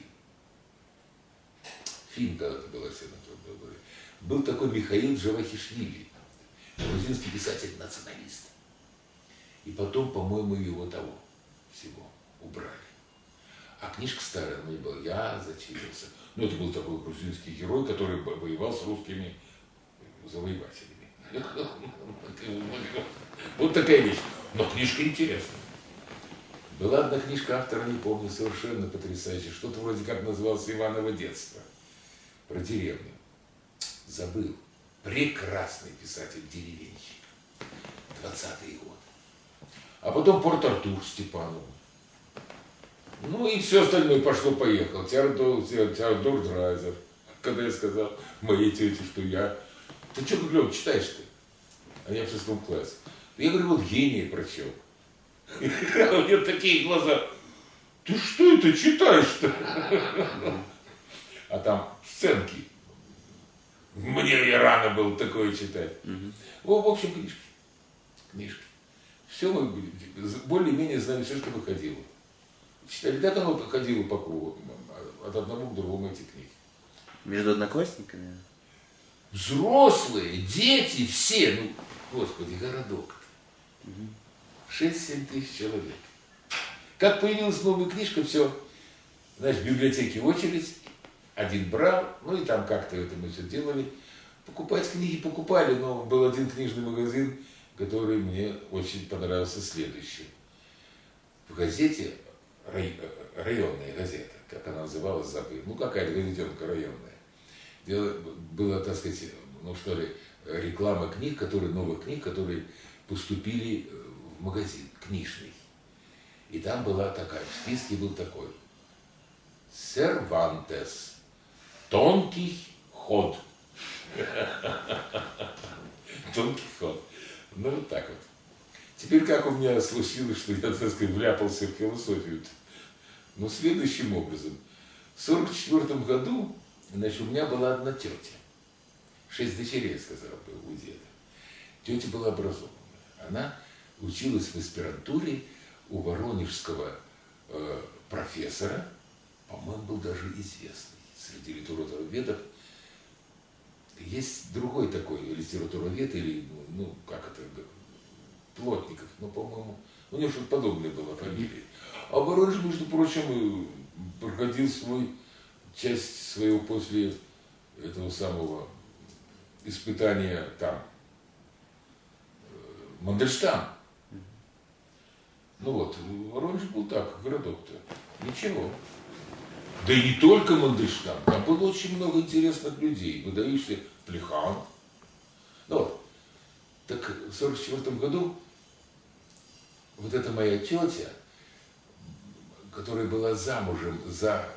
Фильм когда-то был «Арсен из Марабды». Был такой Михаил Джавахишвили, грузинский писатель-националист. И потом, по-моему, его того всего убрали. А книжка старая, она не была. Я зачитался. Ну, это был такой грузинский герой, который воевал с русскими завоевателями. Вот такая вещь. Но книжка интересная. Была одна книжка автора, не помню, совершенно потрясающая. Что-то вроде как называлось «Иваново детство». Про деревню. Забыл. Прекрасный писатель-деревенщик. двадцатые годы. А потом Порт-Артур Степанова. Ну и все остальное пошло-поехало. Теодор, Теодор Драйзер. Когда я сказал моей тете, что я... Ты что, Лёв, читаешь-то? А я в шестом классе. Я говорю, вот гений прочел. У меня такие глаза. Ты что это читаешь-то? А там сценки. Мне и рано было такое читать. Угу. В общем, книжки. Книжки. Все мы более-менее знали все, что выходило. Читали. Так оно ходило по кругу. От одного к другому эти книги. Между одноклассниками? Взрослые, дети, все. Ну, господи, городок. Угу. шесть-семь тысяч человек. Как появилась новая книжка, все. Знаешь, в библиотеке очередь. Один брал, ну и там как-то это мы все делали. Покупать книги покупали, но был один книжный магазин, который мне очень понравился следующий. В газете, районная газета, как она называлась, забыл. Ну, какая-то газетенка районная. Дело было, так сказать, ну что ли, реклама книг, которые, новых книг, которые поступили в магазин книжный. И там была такая, в списке был такой. Сервантес. Тонкий ход. Тонкий ход. Ну, вот так вот. Теперь как у меня случилось, что я, так сказать, вляпался в философию. Ну, следующим образом. В сорок четвёртом году, значит, у меня была одна тетя. Шесть дочерей, сказал бы, у деда. Тетя была образованная. Она училась в аспирантуре у воронежского э, профессора, по-моему, был даже известный среди литературоведов. Есть другой такой литературовед, или, ну, как это, Плотников, ну, по-моему, у него что-то подобное было фамилия. А Воронеж, между прочим, проходил свой, часть своего после этого самого испытания там, Мандельштам. Ну вот, Воронеж был так, городок-то. Ничего. Да и не только Мандельштам, там было очень много интересных людей, выдающихся Плеханов. Ну вот. Так в сорок четвёртом году вот эта моя тетя, которая была замужем за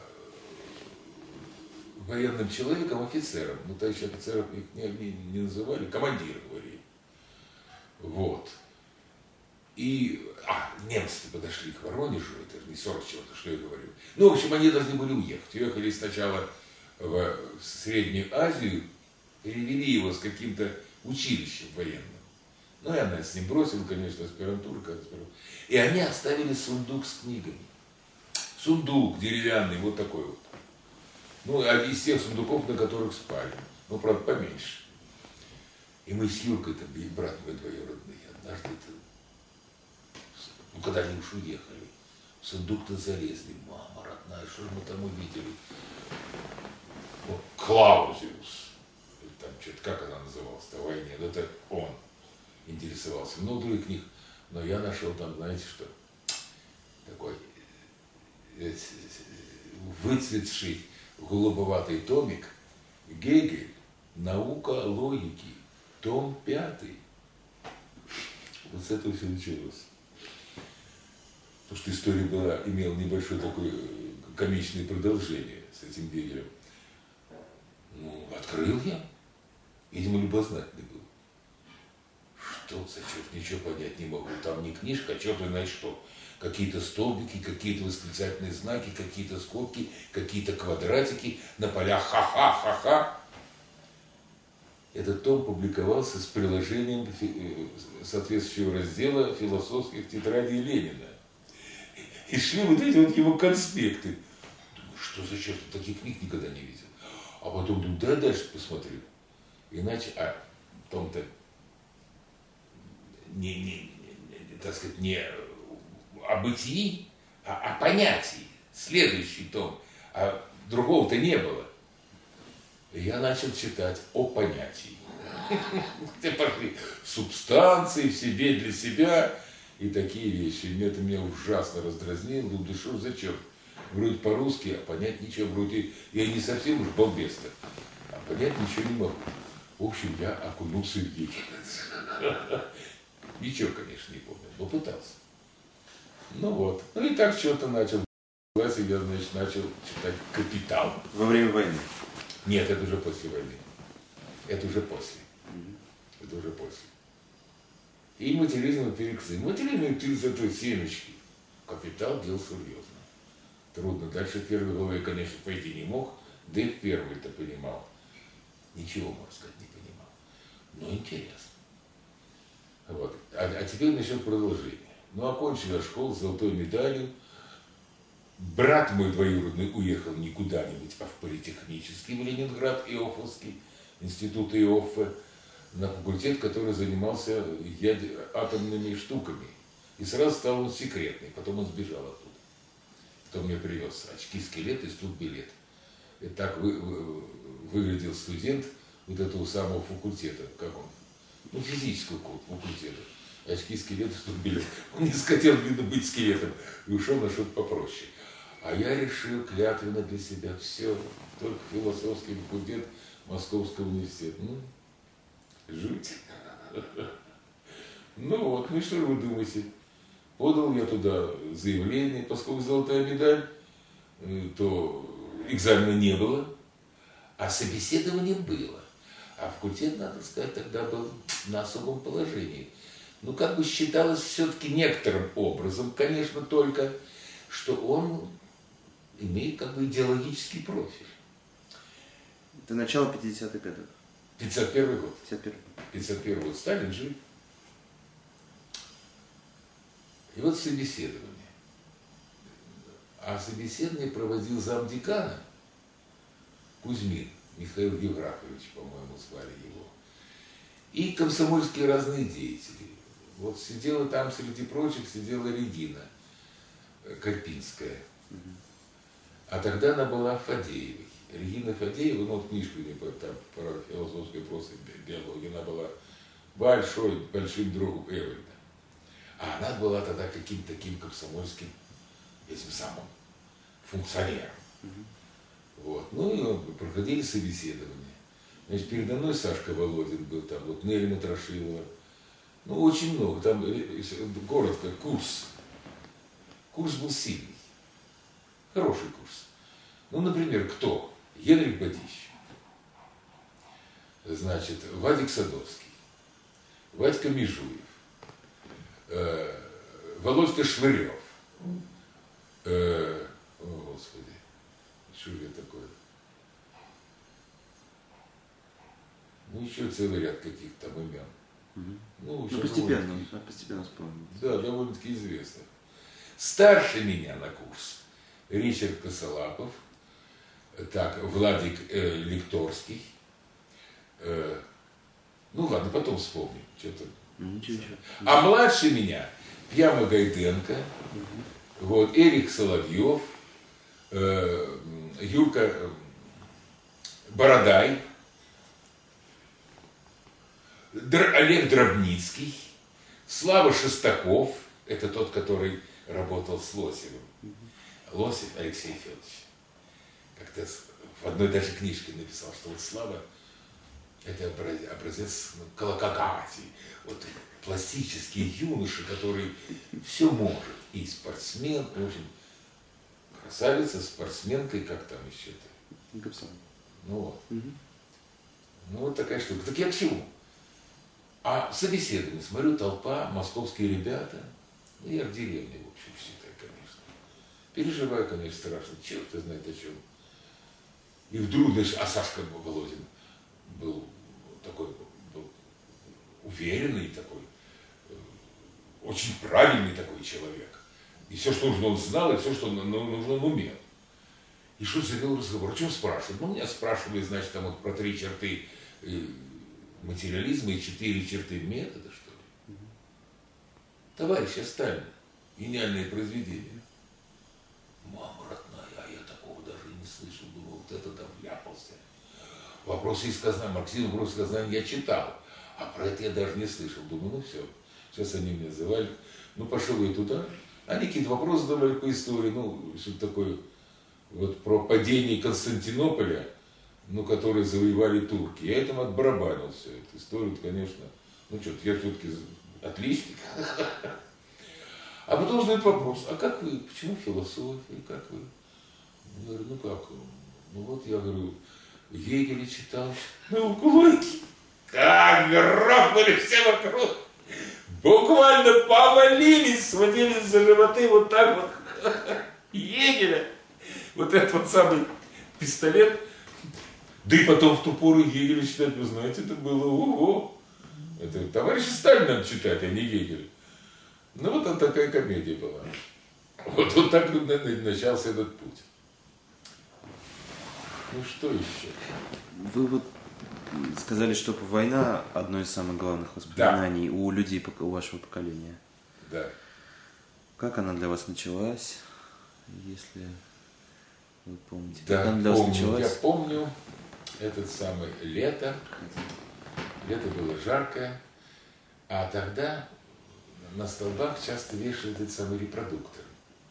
военным человеком, офицером, ну, товарищи офицеров их не, не, не называли, командиры говорили. Вот. И, а, немцы подошли к Воронежу, это же не сорок четвёртый, что я говорю. Ну, в общем, они должны были уехать. Уехали сначала в Среднюю Азию, перевели его с каким-то училищем военным. Ну, и она с ним бросила, конечно, аспирантуру. И они оставили сундук с книгами. Сундук деревянный, вот такой вот. Ну, из тех сундуков, на которых спали. Ну, правда, поменьше. И мы с Юркой, там, брат мой двоюродный, однажды, ну, когда они уж уехали, в сундук-то залезли. Мама родная, что же мы там увидели? Вот, Клаузиус. Там что-то, как она называлась-то, в войне. Ну, это он интересовался. Много других книг. Но я нашел там, знаете что, такой выцветший голубоватый томик. Гегель. Наука логики. Том пятый. Вот с этого все началось. Потому что история была, имела небольшое такое комичное продолжение с этим Гегелем. Ну, открыл я. Видимо, любознательный был. Что за черт, ничего понять не могу. Там не книжка, а черт знает что. Какие-то столбики, какие-то восклицательные знаки, какие-то скобки, какие-то квадратики на полях ха-ха-ха-ха. Этот том публиковался с приложением соответствующего раздела философских тетрадей Ленина. И шли вот эти вот его конспекты. Думаю, что за черт, таких книг никогда не видел. А потом думаю, да, дальше посмотрю. Иначе, а том-то не, не, не, так сказать, не о бытии, а о понятии. Следующий том. А другого-то не было. И я начал читать о понятии. Где пошли субстанции в себе, для себя. и такие вещи. И это меня ужасно раздразнило. Думаю, да что ж за черт? Вроде по-русски, а понять ничего. Вроде я не совсем уж балбес-то, а понять ничего не могу. В общем, я окунулся в деятельность. Ничего, конечно, не помню, но пытался. Ну вот. Ну и так что-то начал. В классе я, значит, начал читать «Капитал». Во время войны? Нет, это уже после войны. Это уже после. Mm-hmm. Это уже после. И материализм и перексы. Материализм и перексы — это семечки. «Капитал» делал серьезно. Трудно. Дальше в первой главе я, конечно, пойти не мог, да и в первой это понимал. Ничего, можно сказать, не понимал. Но интересно. Вот. А, а теперь насчет продолжения. Ну, окончил я школу с золотой медалью. Брат мой двоюродный уехал не куда-нибудь, а в политехнический, в Ленинград, Иоффовский, институт Иоффе, на факультет, который занимался яд... атомными штуками. И сразу стал он секретный, потом он сбежал оттуда. Потом мне привез очки, скелет и студбилет. И так вы, вы, выглядел студент вот этого самого факультета, как он, ну, физического факультета. Очки, скелет и студбилет. Он не хотел, видно, быть скелетом и ушел на что-то попроще. А я решил клятвенно для себя все, только философский факультет Московского университета. Ну, жуть. Ну вот, ну и что же вы думаете? Подал я туда заявление, поскольку золотая медаль, то экзамена не было, а собеседование было. А факультет, надо сказать, тогда был на особом положении. Ну, как бы считалось все-таки некоторым образом, конечно, только, что он имеет как бы идеологический профиль. Это начало пятидесятых годов. пятьдесят первый год. пятьдесят первый. пятьдесят первый год. Сталин жив. И вот собеседование. А собеседование проводил замдекана Кузьмин, Михаил Евграфович, по-моему, звали его. И комсомольские разные деятели. Вот сидела там, среди прочих, сидела Регина Карпинская. А тогда она была Фадеевой. Регина Фадеева, ну, вот книжку у нее там про философскую просто биологию, она была большой, большим другом Эвальда. А она была тогда каким-то таким комсомольским, этим самым, функционером. Mm-hmm. Вот. Ну и вот, проходили собеседования. Значит, передо мной Сашка Володин был, там вот Нелли Матрошилова. Ну, очень много. Там коротко, курс. Курс был сильный. Хороший курс. Ну, например, кто? Генрих Бодищев. Значит, Вадик Садовский. Вадька Межуев. Э, Володька Швырев. Э, о, Господи, что же такое? Ну, еще целый ряд каких-то там имен. Угу. Ну, ну, постепенно, постепенно вспомнил. Да, довольно-таки известных. Старше меня на курс Ричард Косолапов, так, Владик э, Лекторский. Э, ну ладно, потом вспомним. Что-то. Ничего, ничего. А младше меня Пьяма Гайденко, угу. Вот, Эрик Соловьев, э, Юрка э, Бородай, Др, Олег Дробницкий, Слава Шестаков, это тот, который работал с Лосевым. Угу. Лосев Алексей Федорович. Как-то в одной даже книжке написал, что вот Слава это образец колокогатии, вот пластический юноша, который все может. И спортсмен, в общем, красавица, спортсменкой, как там еще-то. Ну вот. Угу. Ну вот такая штука. Так я к чему? А собеседование, смотрю, толпа, московские ребята, ну я в деревне, в общем, считаю, конечно. Переживаю, конечно, страшно, черт знает о чем. И вдруг, значит, а Сашка Володин был такой, был уверенный такой, очень правильный такой человек. И все, что нужно, он знал, и все, что нужно, он умел. И что завел разговор? О чем спрашивают? Ну, меня спрашивали, значит, там вот про три черты материализма и четыре черты метода, что ли. Товарищ Сталин, гениальное произведение. Мама родная, а я такого даже и не слышал, думал, вот это там вляпался. Вопросы из Казани, марксизм, вопросы из Казани я читал, а про это я даже не слышал. Думаю, ну все, Сейчас они меня звали. Ну, пошел я туда. Они какие-то вопросы задавали по истории, ну, что-то такое, вот про падение Константинополя, ну, которые завоевали турки. Я этому отбарабанил все эту историю, конечно. Ну, что-то я все-таки отличник. А потом задают вопрос, а как вы, почему философия, как вы? Я говорю, ну как, ну вот я говорю, Гегеля читал, науку логики. Как грохнули все вокруг. Буквально повалились, схватились за животы вот так вот. Гегеля. Вот этот вот самый пистолет. Да и потом в ту пору Гегеля читать, вы знаете, это было ого. Это товарища Сталина надо читать, а не Гегеля. Ну вот такая комедия была. Вот, вот так, наверное, начался этот путь. Ну что еще? Вы вот сказали, что война одно из самых главных воспоминаний, да, у людей у вашего поколения. Да. Как она для вас началась, если вы помните? Да, как она для помню. вас началась? Я помню этот самый лето. Лето было жаркое. А тогда на столбах часто вешают этот самый репродуктор.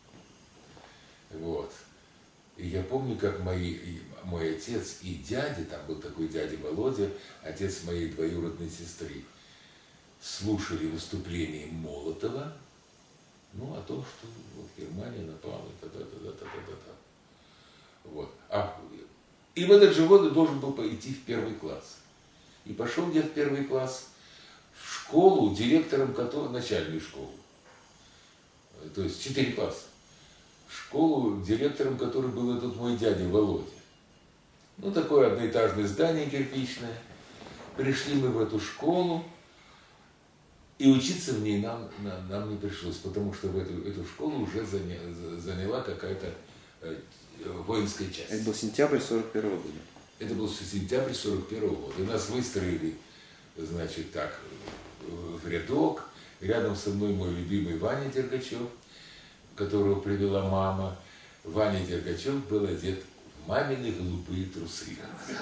Вот. И я помню, как мои, мой отец и дядя, там был такой дядя Володя, отец моей двоюродной сестры, слушали выступление Молотова, ну, о том, что вот Германия напала, та-та-та-та-та-та-та. Вот. А, и в этот же год я должен был пойти в первый класс. И пошел я в первый класс в школу, директором которой, начальную школу, то есть четыре класса. Школу, директором которой был этот мой дядя Володя. Ну, такое одноэтажное здание кирпичное. Пришли мы в эту школу, и учиться в ней нам, нам, нам не пришлось, потому что в эту, эту школу уже заня, заняла какая-то э, воинская часть. Это был сентябрь сорок первого года. Это был сентябрь сорок первого года. И нас выстроили, значит, так, в рядок. Рядом со мной мой любимый Ваня Дергачев, которого привела мама. Ваня Дергачев был одет в мамины голубые трусы.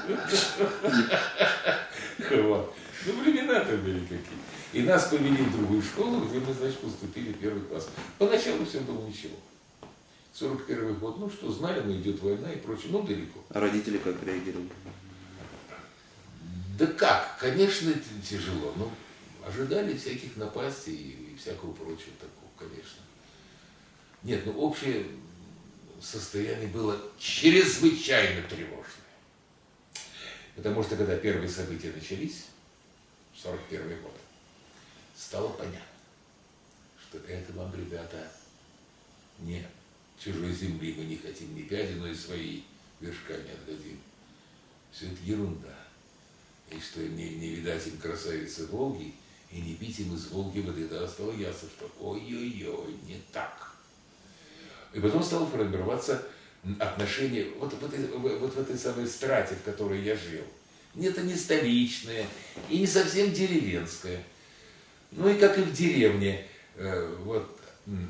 Вот. Ну, времена-то были какие. И нас повели в другую школу, где мы, значит, поступили в первый класс. Поначалу все было ничего. сорок первый год, ну что, знали мы, идет война и прочее, ну, далеко. А родители как реагировали? Да как, конечно, это тяжело, но ожидали всяких напастей и всякого прочего такого, конечно. Нет, ну общее состояние было чрезвычайно тревожное. Потому что когда первые события начались, сорок первый год, стало понятно, что это вам, ребята, не чужой земли мы не хотим ни пяди, но и свои вершка не отдадим. Все это ерунда. И что не, не видать им красавицы Волги, и не пить им из Волги воды. Тогда стало ясно, что ой-ой-ой, не так. И потом стало формироваться отношение вот, вот, вот, вот в этой самой страте, в которой я жил. Это не столичное и не совсем деревенское. Ну и как и в деревне. Вот,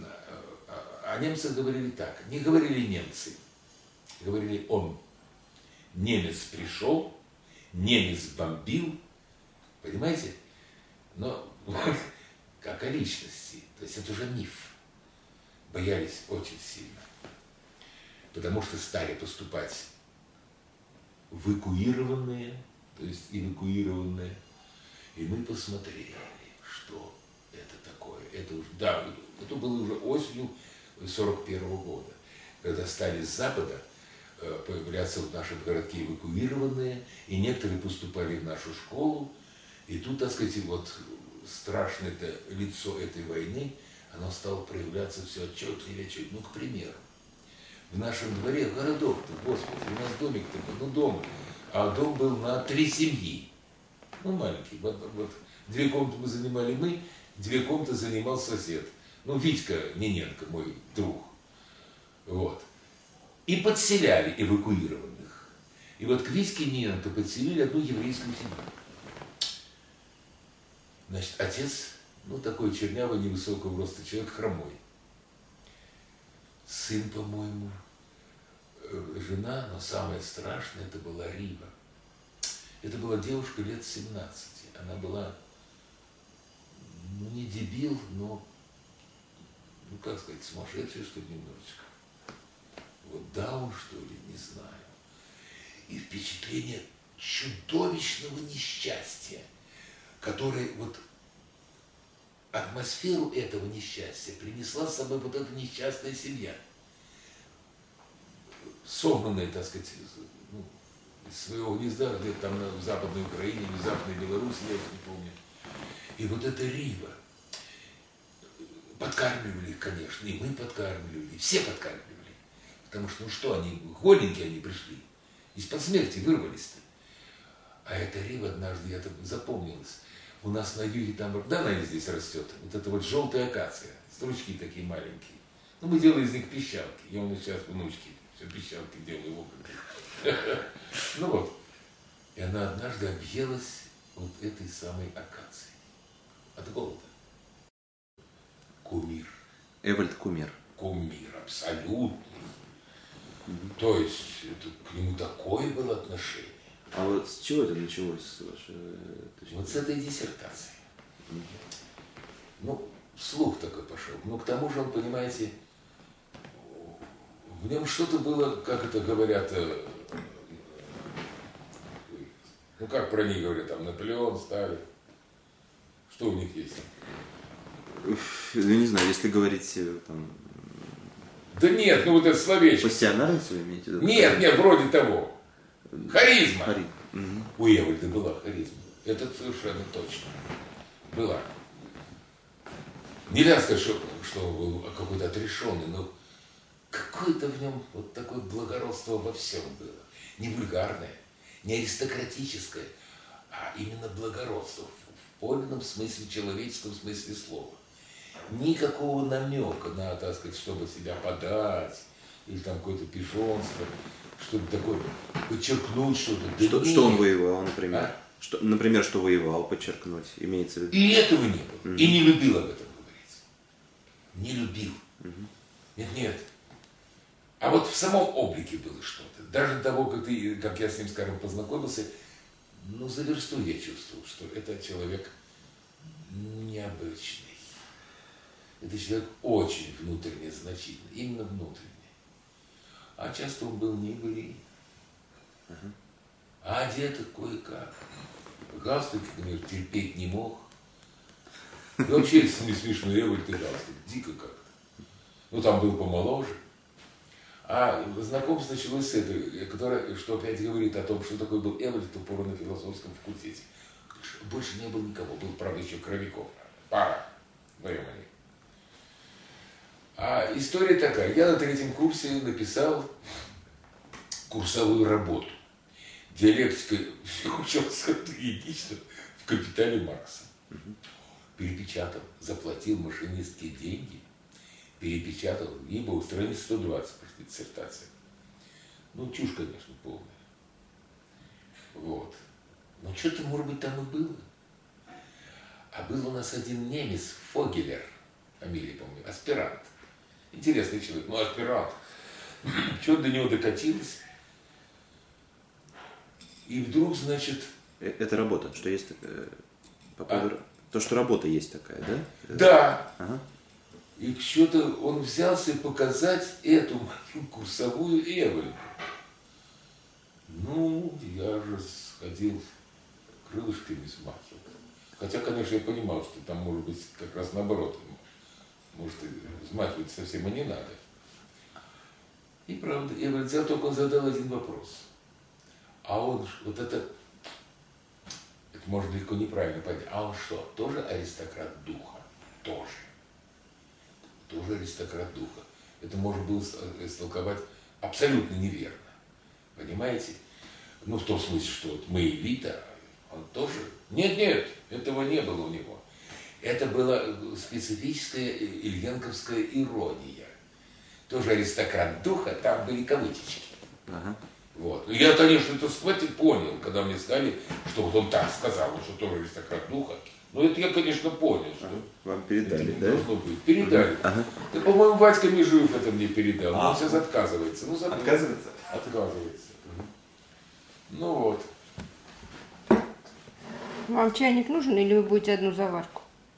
о немцах говорили так. Не говорили немцы, говорили он. Немец пришел, немец бомбил. Понимаете? Но вот, как о личности. То есть это уже миф. Боялись очень сильно. Потому что стали поступать эвакуированные, то есть эвакуированные. И мы посмотрели, что это такое. Это уже, да, это было уже осенью сорок первого года, когда стали с запада появляться в нашем городке эвакуированные, и некоторые поступали в нашу школу. И тут, так сказать, вот страшное -то лицо этой войны, оно стало проявляться все отчетливее, отчетливее. Ну, к примеру, в нашем дворе городок-то, господи, у нас домик-то был, ну, дом, а дом был на три семьи. Ну, маленький. Вот, вот две комнаты мы занимали мы, две комнаты занимал сосед. Ну, Витька Ниненко, мой друг. Вот. И подселяли эвакуированных. И вот к Витьке Ниненко подселили одну еврейскую семью. Значит, отец, ну, такой чернявый, невысокого роста человек, хромой. Сын, по-моему, жена, но самое страшное, это была Рива. Это была девушка лет семнадцати. Она была, ну не дебил, но, ну как сказать, сумасшедший, что ли, немножечко. Вот Даун, что ли, не знаю. И впечатление чудовищного несчастья, которое вот атмосферу этого несчастья принесла с собой вот эта несчастная семья, согнанная, так сказать, ну, из своего гнезда, где-то там в Западной Украине или в Западной Беларуси, я их не помню. И вот эта Рива, подкармливали их, конечно, и мы подкармливали, все подкармливали. Потому что, ну что, они, голенькие они пришли, из-под смерти вырвались-то. А эта Рива однажды, я так запомнилась, у нас на юге там, да, она и здесь растет, вот это вот желтая акация, стручки такие маленькие. Ну, мы делаем из них пищалки, я у нас сейчас внучки, все пищалки делаю в окна. Ну вот, и она однажды объелась вот этой самой акацией от голода. Кумир. Эвальд кумир. Кумир, абсолютный. То есть это, к нему такое было отношение. А вот с чего это началось? Ваше, вот с этой диссертации. Ну, слух такой пошел. Но к тому же он, понимаете, в нем что-то было, как это говорят, ну как про них говорят, там Наполеон, Сталин. Что у них есть? Я не знаю, если говорить там... Да нет, ну вот это словечко. Пассионарность вы имеете в виду? Нет, нет, вроде того. Харизма. Хари... Угу. У Эвальда была харизма. Это совершенно точно. Была. Нельзя сказать, что, что он был какой-то отрешенный, но какое-то в нем вот такое благородство во всем было. Не вульгарное, не аристократическое, а именно благородство в подлинном смысле, человеческом смысле слова. Никакого намека на, так сказать, чтобы себя подать, или там какое-то пижонство, чтобы такое подчеркнуть что-то. Да что, что он воевал, например? А? Что, например, что воевал, подчеркнуть, имеется в виду? И этого не было. Mm-hmm. И не любил об этом говорить. Не любил. Mm-hmm. Нет, нет. А вот в самом облике было что-то. Даже того, как, ты, как я с ним, скажем, познакомился, ну, за версту я чувствовал, что это человек необычный. Это человек очень внутренне значительный, именно внутренне. А часто он был не были, uh-huh. а одет кое-как. Галстук, например, терпеть не мог. И вообще не смешно, Эвальд и галстук, дико как-то. Ну, там был помоложе. А знакомство началось с этой, которая, что опять говорит о том, что такой был Эвальд в ту пору на философском факультете. Больше не было никого, был, правда, еще Кровяков. Пара, вдвоем они. А история такая. Я на третьем курсе написал курсовую работу. Диалектика учился единично в «Капитале Маркса». Перепечатал, заплатил машинистские деньги, перепечатал, ибо страниц сто двадцать пошли диссертация. Ну, чушь, конечно, полная. Вот. Но что-то, может быть, там и было. А был у нас один немец, Фогелер, фамилия, помню, аспирант. Интересный человек, ну аспирант. Что-то до него докатилось. И вдруг, значит... Это работа, что есть такая... По поводу... а? То, что работа есть такая, да? Да. Ага. И что-то он взялся показать эту мою курсовую Эвальду. Ну, я же сходил, крылышками смахивал. Хотя, конечно, я понимал, что там может быть как раз наоборот. Может, взмахивать совсем и не надо. И правда, Эвальд взял, только он задал один вопрос. А он, вот это, это может легко неправильно понять, а он что, тоже аристократ духа? Тоже. Тоже аристократ духа. Это можно было истолковать абсолютно неверно. Понимаете? Ну, в том смысле, что вот мы элита, он тоже... Нет, нет, этого не было у него. Это была специфическая ильенковская ирония. Тоже аристократ духа, там были кавычечки. Ага. Вот. Я, конечно, это схватил, понял, когда мне сказали, что вот он так сказал, что тоже аристократ духа. Но это я, конечно, понял, что вам передали, это да? Должно быть. Передали. Ага. Да, по-моему, Вадька Межуев это мне передал. А. Он сейчас отказывается. Ну, забыл. Отказывается? Отказывается. Ну вот. Вам чайник нужен или вы будете одну заварку?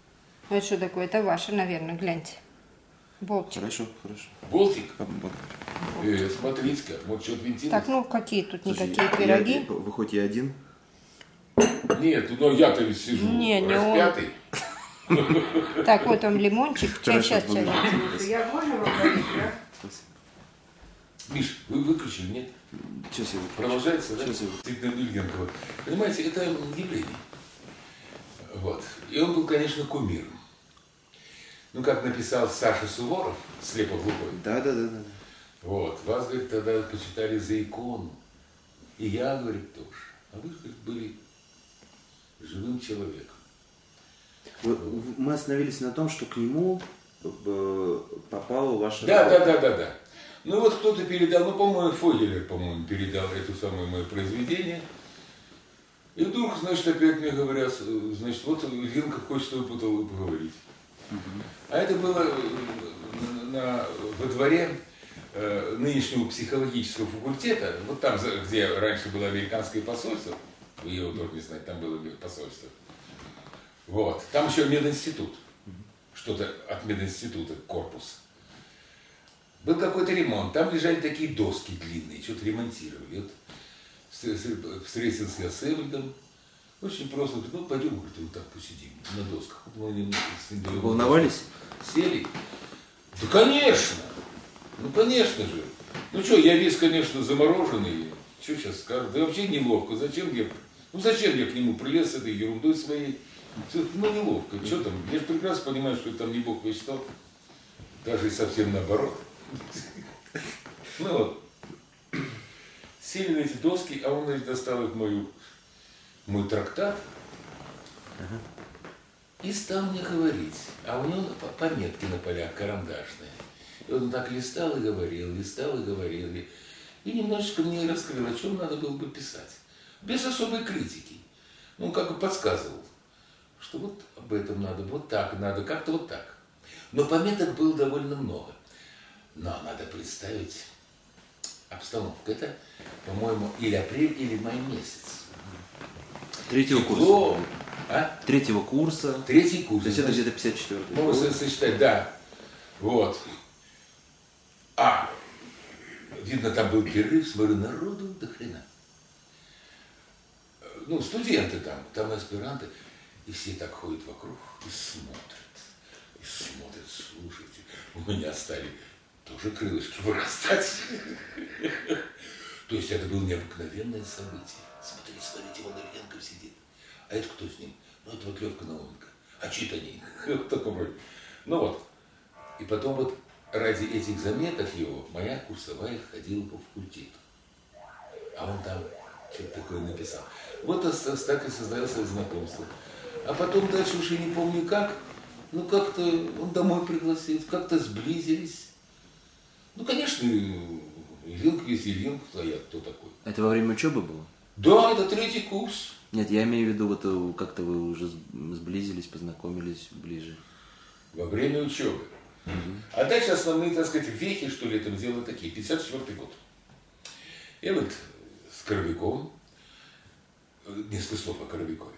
Это что такое? Это ваше, наверное, гляньте. Болтик. Хорошо, хорошо. Болтик? А, вот. Э, смотрите-ка, вот что отвинтилось. Так, ну какие тут Слушай, никакие я- пироги? я- вы хоть и один? Нет, ну я-то ведь сижу Не, не он. распятый. Так, вот он лимончик. Чай, Хорошо, сейчас чай. благодарю. Я можно вам говорить, да? Спасибо. Миш, вы выключили, нет? Сейчас я выключу. Продолжается, да? Сейчас я Тигнан Ильенко. Понимаете, это явление. Вот. И он был, конечно, кумиром. Ну, как написал Саша Суворов, слепо-глухой. Да, да, да, да. Вот. Вас, говорит, тогда почитали за икону. И я, говорит, тоже. А вы, говорит, были живым человеком. Вы- в- Мы остановились на том, что к нему э, попала ваша Да, работа. да, да, да, да. Ну вот кто-то передал, ну, по-моему, Фогелер, по-моему, передал это самое мое произведение. И вдруг, значит, опять мне говорят, э, значит, вот Ильенко хочет с тобой потом поговорить. А это было э, на, во дворе э, нынешнего психологического факультета, вот там, за- где раньше было американское посольство, вы его тоже не знаете, там было посольство. Вот. Там еще мединститут, что-то от мединститута, корпус. Был какой-то ремонт, там лежали такие доски длинные, что-то ремонтировали. Вот встретился я с Эвальдом, очень просто, говорит, ну пойдем, говорит, вот так посидим на досках. Вот мы с ним Вы волновались? сели. Да, конечно, ну, конечно же. Ну что, я весь, конечно, замороженный, что сейчас скажут? Да вообще неловко, зачем я, ну зачем я к нему прилез с этой ерундой своей? Ну неловко, что там, я же прекрасно понимаю, что это там не Бог весь что, даже и совсем наоборот. Ну вот, сели на эти доски, а он, значит, достал их мою, мой трактат и стал мне говорить. А у него пометки на полях карандашные. И он так листал и говорил, листал и говорил. И, и немножечко мне раскрыл, о чем надо было бы писать. Без особой критики. Ну, как бы подсказывал, что вот об этом надо, вот так надо, как-то вот так. Но пометок было довольно много. Но надо представить обстановку. Это, по-моему, или апрель, или май месяц. Третьего Тепло. курса. А? Третьего курса. Третий курс. То есть это где-то пятьдесят четвёртый Можно год. сочетать, да. Вот. А, видно, там был перерыв, смотрю, народу до хрена. Ну, студенты там, там аспиранты, и все так ходят вокруг и смотрят. И смотрят, слушайте, у меня стали тоже крылышки вырастать. То есть это было необыкновенное событие. Смотрите, смотрите, вон Ильенко сидит. А это кто с ним? Ну, это вот Левка Науменко. А чьи-то они? Вот такой вроде. Ну вот. И потом вот ради этих заметок его моя курсовая ходила по факультету. А он там что-то такое написал. Вот так и создалось знакомство. А потом дальше уж я не помню как, ну как-то он домой пригласил, как-то сблизились. Ну, конечно, Ильенко есть Ильенко, а я кто такой? Это во время учебы было? Да, это третий курс. Нет, я имею в виду, вот э, как-то вы уже с- сблизились, познакомились ближе. Во время учебы. А дальше основные, так сказать, вехи, что ли, этого дела такие. пятьдесят четвёртый год. Я вот с Коробяковым, несколько слов о Коробякове.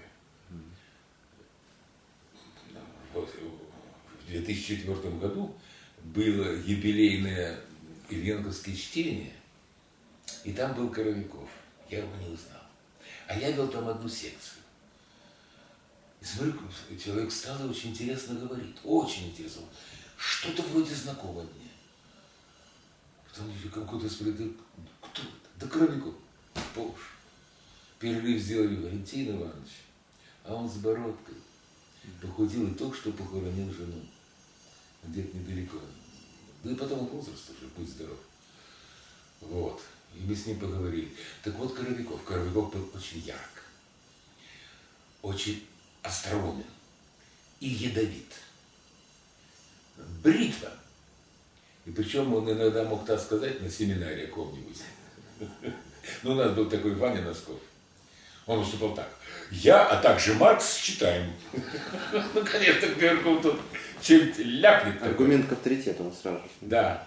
Вот, в две тысячи четвёртом году было юбилейное ильенковское чтение, и там был Коробяков. Я его не узнал. А я вел там одну секцию. И смотрю, человек встал и очень интересно говорит. Очень интересно. Что-то вроде знакомое мне. Потом какой-то спрятал. Кто это? Да Коробяков. Боже. Перерыв сделали Валентин Иванович. А он с бородкой. Похудел и только что похоронил жену. Где-то недалеко. Да и потом возраст уже, будь здоров. Вот. И мы с ним поговорили. Так вот, Коробяков. Коробяков был очень ярк. Очень остроумен. И ядовит. Бритва. И причем он иногда мог так сказать на семинаре каком-нибудь. Ну, у нас был такой Ваня Носков. Он выступал так. Я, а также Маркс читаем. Ну, конечно, Коробяков тут чем-то ляпнет. Аргумент к авторитету он сразу. Да.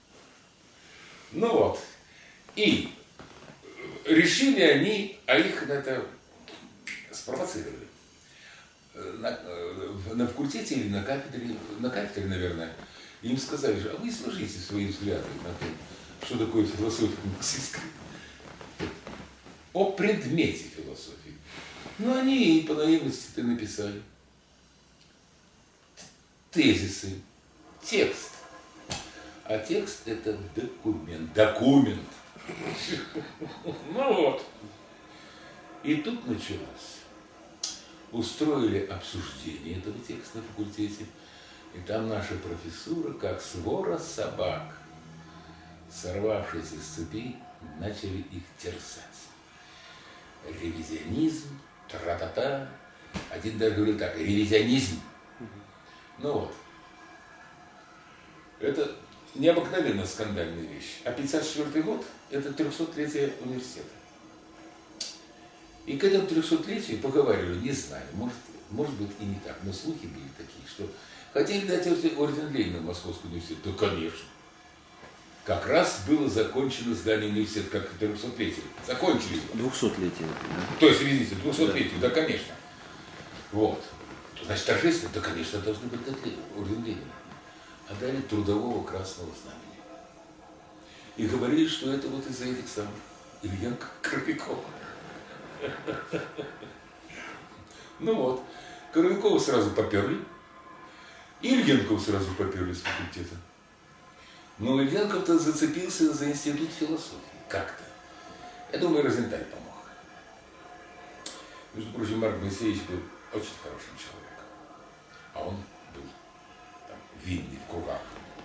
Ну вот. И решили они, а их на это спровоцировали. на, на факультете или на кафедре, на кафедре, наверное, им сказали, а вы изложите свои взгляды на то, что такое философия марксистская. О предмете философии. Ну, они и по наивности-то написали. Тезисы, текст. А текст – это документ. Документ. Ну вот. И тут началось. Устроили обсуждение этого текста на факультете. И там наша профессура, как свора собак, сорвавшись из цепи, начали их терзать. Ревизионизм, тра-та-та. Один даже говорил так, ревизионизм. Ну вот. Это необыкновенно скандальная вещь. А пятьдесят четвёртый год – это трехсотлетие университета. И к этому трехсотлетию поговаривали, не знаю, может, может быть и не так, но слухи были такие, что хотели дать орден Ленина в Московский университет. Да, конечно. Как раз было закончено здание университета, как трехсотлетие. Закончили. Двухсотлетие. Да? То есть, извините, двухсотлетие, да. да, конечно. Вот. Значит, торжественно, да, конечно, должны быть орден Ленина. А дали трудового красного знамени. И говорили, что это вот из-за этих самых Ильенко Коровикова. Ну вот. Коровикова сразу поперли. И Ильенкова сразу поперли с факультета. Но Ильенков-то зацепился за институт философии. Как-то. Я думаю, Розенталь помог. Между прочим, Марк Моисеевич был очень хорошим человеком. А он был там видный в кругах.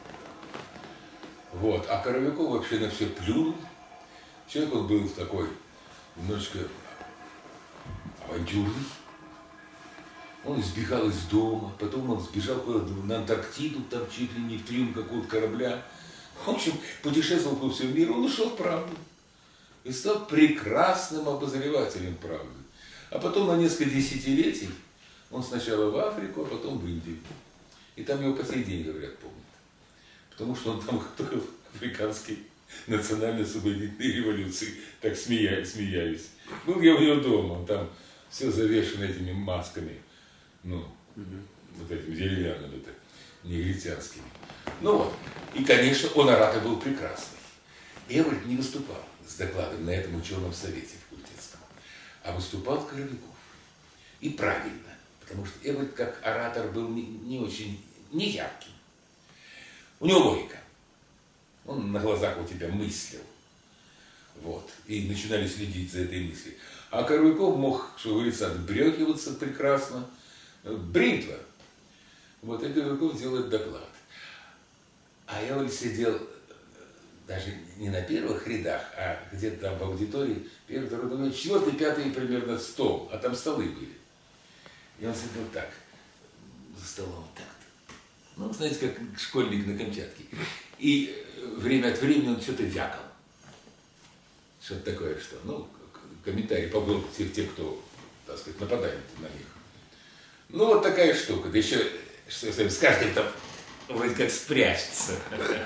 Вот. А Коровиков вообще на все плюнул. Человек он был такой немножечко авантюрный. Он сбегал из дома, потом он сбежал куда-то на Антарктиду, там чуть ли не в трюм какого-то корабля. В общем, путешествовал по всему миру, он ушел в правду. И стал прекрасным обозревателем правды. А потом на несколько десятилетий он сначала в Африку, а потом в Индию. И там его по сей день, говорят, помнят. Потому что он там готовил африканские национально-освободительные революции. Так смеялись, смеялись. Был я у него дома, он там все завешено этими масками. Ну, угу. вот этими деревянными, негритянскими. Ну вот. И, конечно, он оратор был прекрасный. Эвольд не выступал с докладом на этом ученом совете факультетском, а выступал Коровиков. И правильно, потому что Эвольд как оратор был не, не очень, не яркий. У него логика. Он на глазах у тебя мыслил. Вот. И начинали следить за этой мыслью. А Коровиков мог, что говорится, отбрехиваться прекрасно. Бритва. Вот и Коровиков делает доклад. А Эвольд сидел даже не на первых рядах, а где-то там в аудитории, первый, второй, четвертый, пятый примерно стол, а там столы были. И он сидел так, за столом так-то. Ну, знаете, как школьник на Камчатке. И время от времени он что-то вякал. Что-то такое, что, ну, комментарий по поводу тех, тех, кто, так сказать, нападает на них. Ну, вот такая штука. Да еще, что с каждым там вроде как спрячется.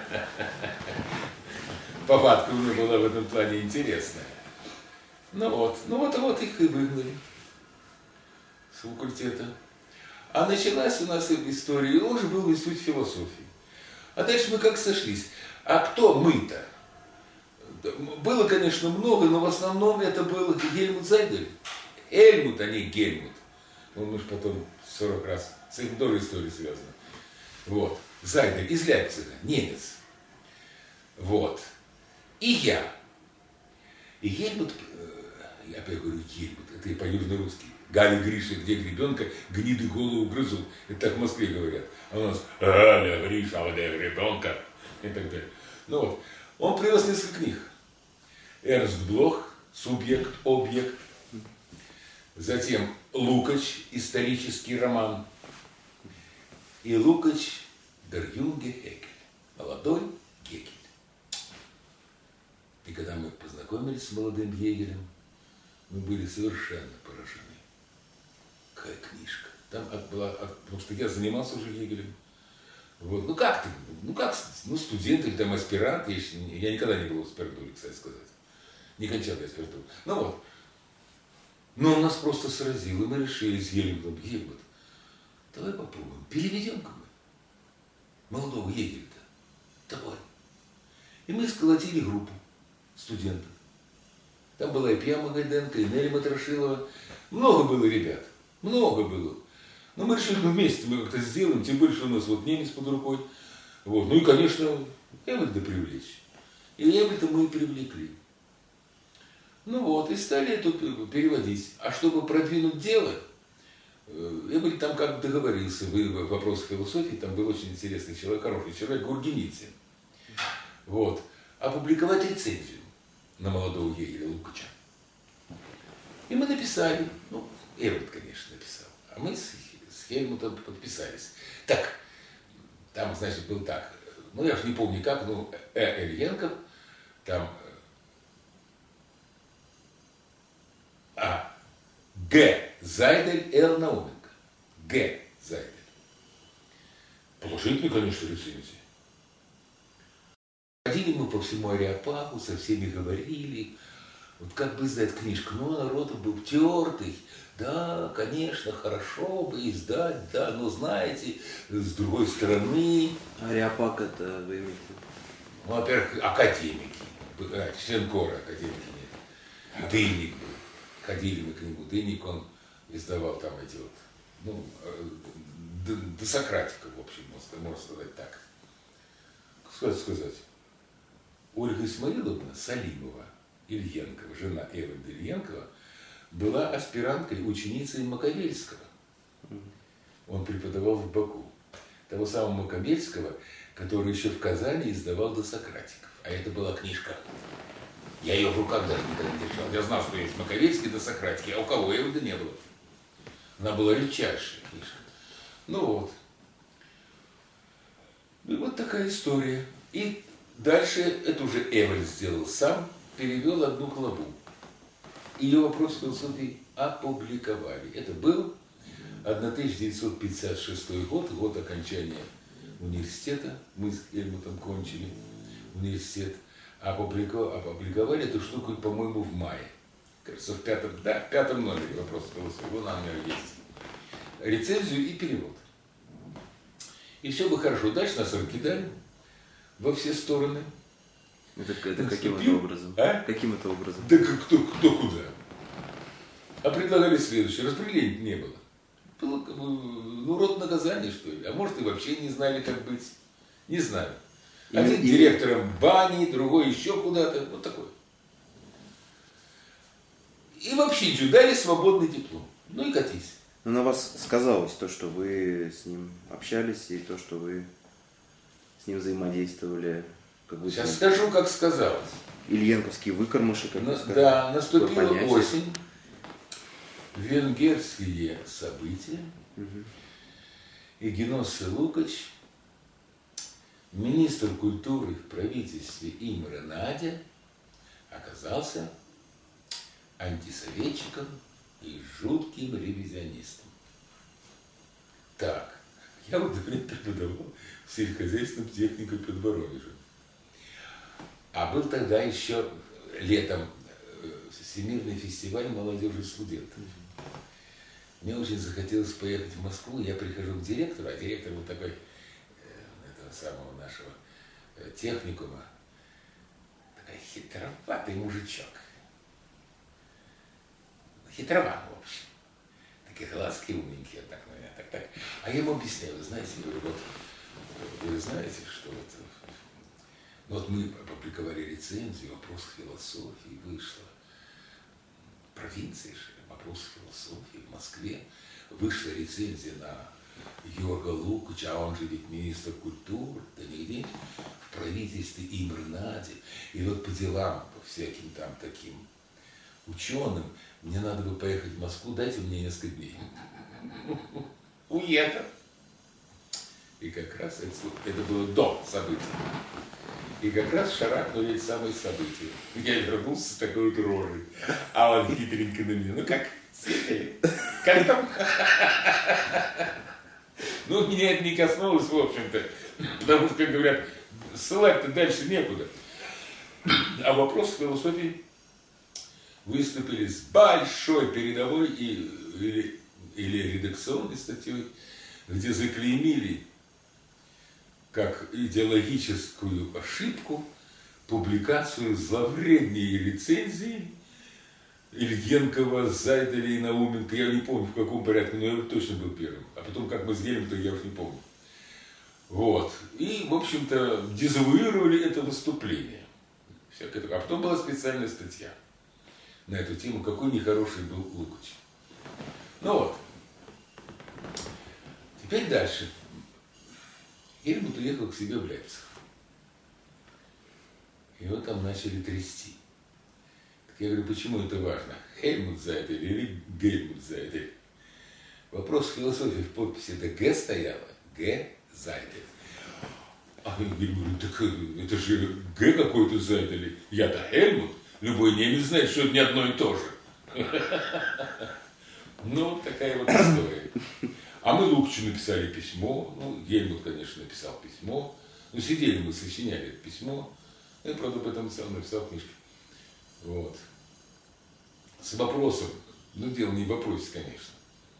Повадка у него была в этом плане интересная. Ну вот, ну вот, вот их и выгнали с факультета. А началась у нас история, он же был в институте философии. А дальше мы как сошлись. А кто мы-то? Было, конечно, много, но в основном это был Гельмут Зайдель. Эльмут, а не Гельмут. Он уж потом сорок раз, с этим тоже история связана. Вот. Зайдель из Лейпцига, немец. Вот. И я. И Гельмут, я опять говорю Гельмут, это и по-южно-русски. Галя Гриша, где гребенка, гниды голову грызут. Это так в Москве говорят. А у нас Галя Гриша, а где гребенка? И так далее. Ну вот. Он привез несколько книг. Эрнст Блох, субъект, объект. Затем Лукач, исторический роман. И Лукач, Дер Юнге Гегель, молодой Гегель. И когда мы познакомились с молодым Гегелем, мы были совершенно поражены. Какая книжка. Там была, потому что я занимался уже Гегелем. Вот. Ну как ты? Ну как, ну студент или там аспирант, я, еще, я никогда не был в аспирантуре, кстати сказать. Не кончал я аспирантуру. Ну вот. Но он нас просто сразил, и мы решили с Гельмутом, Гельмут, давай попробуем, переведем-ка мы молодого Гегеля-то, давай. И мы сколотили группу студентов. Там была и Пья Магайденко, и Нелли Матрошилова. Много было ребят, много было. Но мы решили, ну вместе мы как-то сделаем, тем более, что у нас вот немец под рукой. Вот. Ну и, конечно, Эвальда привлечь. И Эвальда мы и привлекли. Ну вот, и стали это переводить. А чтобы продвинуть дело, Эвальд там как бы договорился в вопросах философии, там был очень интересный человек, хороший человек, Гургеницын. Вот. Опубликовать рецензию на молодого Гегеля Лукача. И мы написали, ну, Эвальд, конечно, написал, а мы с, с Хельмутом подписались. Так, там, значит, был так, ну, я же не помню как, ну, Э. Ильенков, там, а, Г. Зайдель, Л. Науменко. Г. Зайдель. Положительная, конечно, рецензия. Ходили мы по всему Ареопагу, со всеми говорили, вот как бы издать книжку, ну, народ был тертый, да, конечно, хорошо бы издать, да, но знаете, с другой стороны... Ареопаг это вы имеете? Ну, во-первых, академики, а, член кора академики нет, Дынник был, ходили мы к нему, Дынник, он издавал там эти вот, ну, до Сократика, в общем, можно сказать так. Как сказать? Ольга Исмаиловна Салимова, Ильенкова, жена Эвальда Ильенкова, была аспиранткой, ученицей Макавельского. Он преподавал в Баку. Того самого Макавельского, который еще в Казани издавал до Сократиков. А это была книжка. Я ее в руках даже никогда не держал. Я знал, что есть Макавельский до Сократики, а у кого Эвальда не было. Она была редчайшая книжка. Ну вот. И вот такая история. И дальше это уже Эвальд сделал сам, перевел одну главу. Ее вопрос философии опубликовали. Это был тысяча девятьсот пятьдесят шестой год, год окончания университета. Мы с Хельмутом кончили университет. Опубликовали эту штуку, по-моему, в мае. Кажется, в пятом, да, в пятом номере вопрос философии. Вон она у меня есть. Рецензию и перевод. И все бы хорошо. Дальше нас раскидали во все стороны. Это, это каким это образом? А? Каким это образом? Да кто, кто куда. А предлагали следующее. Распределения не было. Было, ну, род наказания, что ли. А может, и вообще не знали, как быть. Не знаю. Один и, директором бани, другой еще куда-то. Вот такой. И вообще ничего. Дали свободный диплом. Ну и катись. Но на вас сказалось то, что вы с ним общались, и то, что вы с ним взаимодействовали. Как бы Сейчас скажу, как сказалось. Ильенковские выкормыши, как На, вы сказали. Да, наступила осень, венгерские события, угу. И Геноссе Лукач, министр культуры в правительстве Имре Надя, оказался антисоветчиком и жутким ревизионистом. Так, я вот, например, преподавал в сельскохозяйственном техникуме под Воронежем. А был тогда еще летом Всемирный фестиваль молодежи и студентов. Мне очень захотелось поехать в Москву, я прихожу к директору, а директор был такой, этого самого нашего техникума, такой хитроватый мужичок. Хитрован, в общем. Такие глазки умненькие, так, ну, я так, так. А я ему объясняю, вы знаете, говорю, вот, вы знаете, что вот, ну, вот мы опубликовали рецензию, вопрос философии, вышло. В провинции же, вопрос философии, в Москве вышла рецензия на Георга Лукача, а он же ведь министр культуры, да нигде, в правительстве Имре Нади. И вот по делам, по всяким там таким ученым, мне надо бы поехать в Москву, дайте мне несколько дней. Уехал. И как раз это, это было до событий. И как раз шарахнули эти самые события. Я вернулся с такой вот рожей. А он хитренько на меня. Ну как, съехали? Как там? Ну, меня это не коснулось, в общем-то. Потому что, как говорят, ссылать-то дальше некуда. А вопрос философии выступили с большой передовой и, или, или редакционной статьей где заклеймили как идеологическую ошибку публикацию зловредней рецензии Ильенкова, Зайделя и Науменко. Я не помню, в каком порядке, но я точно был первым. А потом, как мы с Гелем, то я уж не помню. Вот. И, в общем-то, дезавуировали это выступление. Всякое такое. А потом была специальная статья на эту тему, какой нехороший был Лукач. Ну вот. Теперь дальше. Гельмут уехал к себе в Лейпциг. Его там начали трясти. Так я говорю, почему это важно? Хельмут Зайдель или Гельмут Зайдель? Вопрос философии в подписи. Это Г стояло. Г. Зайдель. А я говорю, так это же Г какой-то Зайдель. Я-то Хельмут. Любой немец знает, что это не одно и то же. Ну, такая вот история. А мы Лукачу написали письмо. Ну, Гельмут, конечно, написал письмо. Ну, сидели мы, сочиняли это письмо. Я, правда, об этом сам написал книжку. Вот. С вопросом, ну, дело не в вопросе, конечно,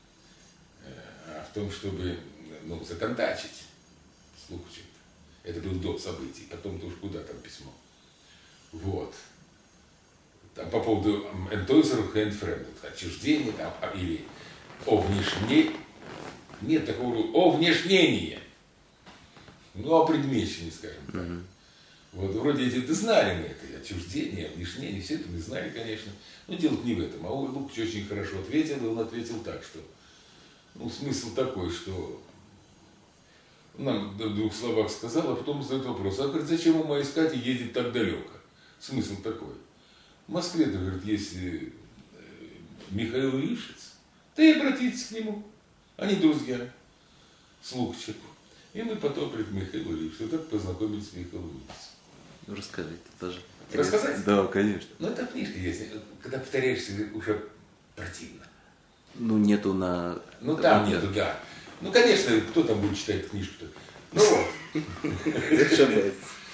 а в том, чтобы, ну, законтачить с Лукачем. Это был до событий. Потом-то уж куда там письмо. Вот. Там по поводу «Энтойзеру Хейнфремдут», отчуждение там, или о внешне... Нет такого, о внешнении. Ну, о предмещении, скажем так. Mm-hmm. Вот, вроде эти, да знали мы это, отчуждение, внешнение, все это мы знали, конечно. Но дело не в этом. А Лукач очень хорошо ответил, и он ответил так, что, ну, смысл такой, что нам в двух словах сказал, а потом задает вопрос, а говорит, зачем ему искать и ездить так далеко? Смысл такой. В Москве-то, говорит, есть Михаил Ильишец, да и обратитесь к нему. Они друзья с Лукачем. И мы потом пред Михаилом Ильичем. Вот так познакомились с Михаилом Ильичем. Ну, расскажите тоже. Рассказать? Да, конечно. Ну, это книжка есть. Когда повторяешься, уже противно. Ну, нету на... Ну, там нету, да. Ну, конечно, кто там будет читать книжку-то? Ну, вот.